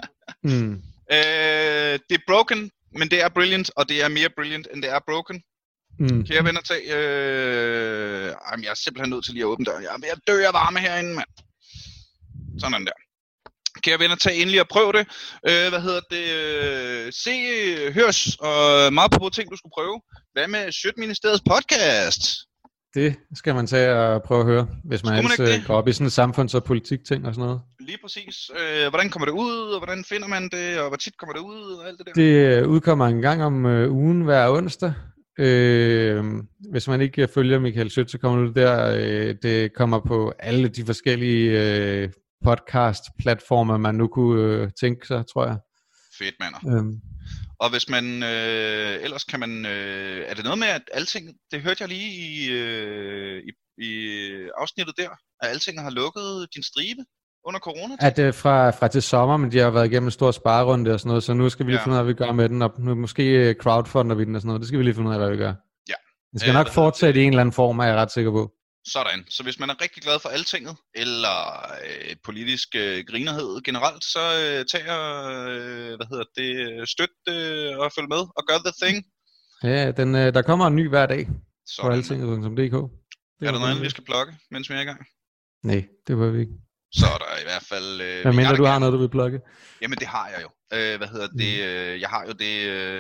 Det er broken, men det er brilliant, og det er mere brilliant, end det er broken. Kære venner, jeg er simpelthen nødt til lige at åbne døren. Jeg er ved at dø af varme herinde, mand. Sådan der. Kære venner, tag endelig og prøv det. Hørs, og meget på ting, du skulle prøve. Hvad med Sjøtministeriets podcast? Det skal man tage og prøve at høre, hvis man ellers går op i sådan en samfunds- og politikting og sådan noget. Lige præcis. Hvordan kommer det ud, og hvordan finder man det, og hvor tit kommer det ud, og alt det der? Det udkommer en gang om ugen hver onsdag. Hvis man ikke følger Michael Sødt, så kommer det der. Det kommer på alle de forskellige podcast-platformer, man nu kunne tænke sig, tror jeg. Fedt, mander. Og hvis man, ellers kan man, er det noget med, at alting, det hørte jeg lige i afsnittet der, at alting har lukket din stribe under corona? At det fra til sommer, men de har været igennem en stor sparerunde og sådan noget, så nu skal vi lige finde ud af, hvad vi gør med den, og nu måske crowdfunder vi den og sådan noget, det skal vi lige finde ud af, hvad vi gør. Ja. Det skal nok fortsætte i en eller anden form, er jeg ret sikker på. Sådan, så hvis man er rigtig glad for altinget, eller politisk grinerhed generelt, så tag og støt og følg med, og gør the thing. Ja, der kommer en ny hver dag på Sådan. altinget.dk. Er der noget andet, vi skal plukke, mens vi er i gang? Nej, det var vi ikke. Så er der i hvert fald... Hvad mindre du har noget, du vil plukke? Jamen, det har jeg jo. Jeg har jo det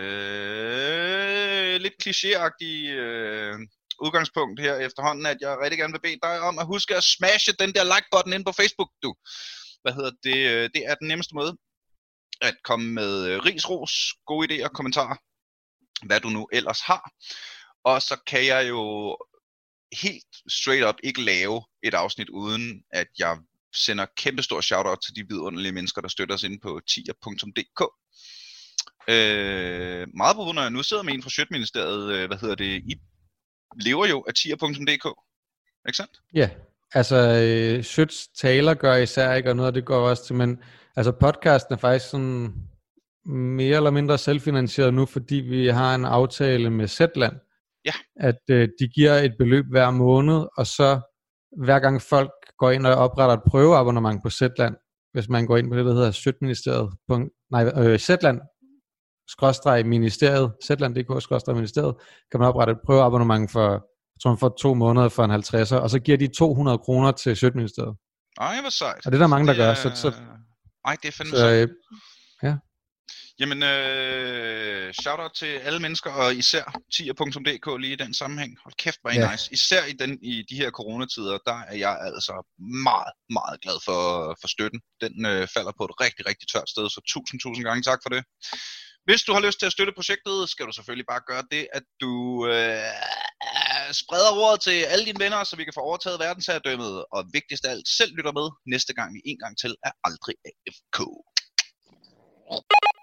lidt klichéagtige udgangspunkt her efterhånden, at jeg rigtig gerne vil bede dig om at huske at smashe den der like-button ind på Facebook, du. Det er den nemmeste måde at komme med ris, ros, gode idéer, kommentarer, hvad du nu ellers har. Og så kan jeg jo helt straight up ikke lave et afsnit, uden at jeg sender kæmpestor shoutout til de vidunderlige mennesker, der støtter os inde på tier.dk. Meget på grund af, at nu sidder med en fra Sjøtministeriet, I lever jo af tier.dk, ikke sandt? Ja, altså Sjøts taler gør især ikke, og noget af det går også til, men altså podcasten er faktisk sådan mere eller mindre selvfinansieret nu, fordi vi har en aftale med Zetland, ja. At de giver et beløb hver måned, og så hver gang folk går ind og opretter et prøveabonnement på Zetland, hvis man går ind på det, der hedder Sjøtministeriet, Zetland-ministeriet, Zetland.dk-ministeriet, kan man oprette et prøveabonnement for, jeg tror man får 2 måneder for en 50'er, og så giver de 200 kroner til Sjøtministeriet. Ej, hvor sejt. Og det er der mange, der gør. Så ej, det er fandme sejt. Ja. Jamen, shoutout til alle mennesker, og især tier.dk lige i den sammenhæng. Hold kæft, hvor er nice. Især i de her coronatider, der er jeg altså meget, meget glad for støtten. Den falder på et rigtig, rigtig tørt sted, så tusind gange tak for det. Hvis du har lyst til at støtte projektet, skal du selvfølgelig bare gøre det, at du spreder ordet til alle dine venner, så vi kan få overtaget verdensherredømmet. Og vigtigst af alt, selv lytter med næste gang vi en gang til er aldrig AFK.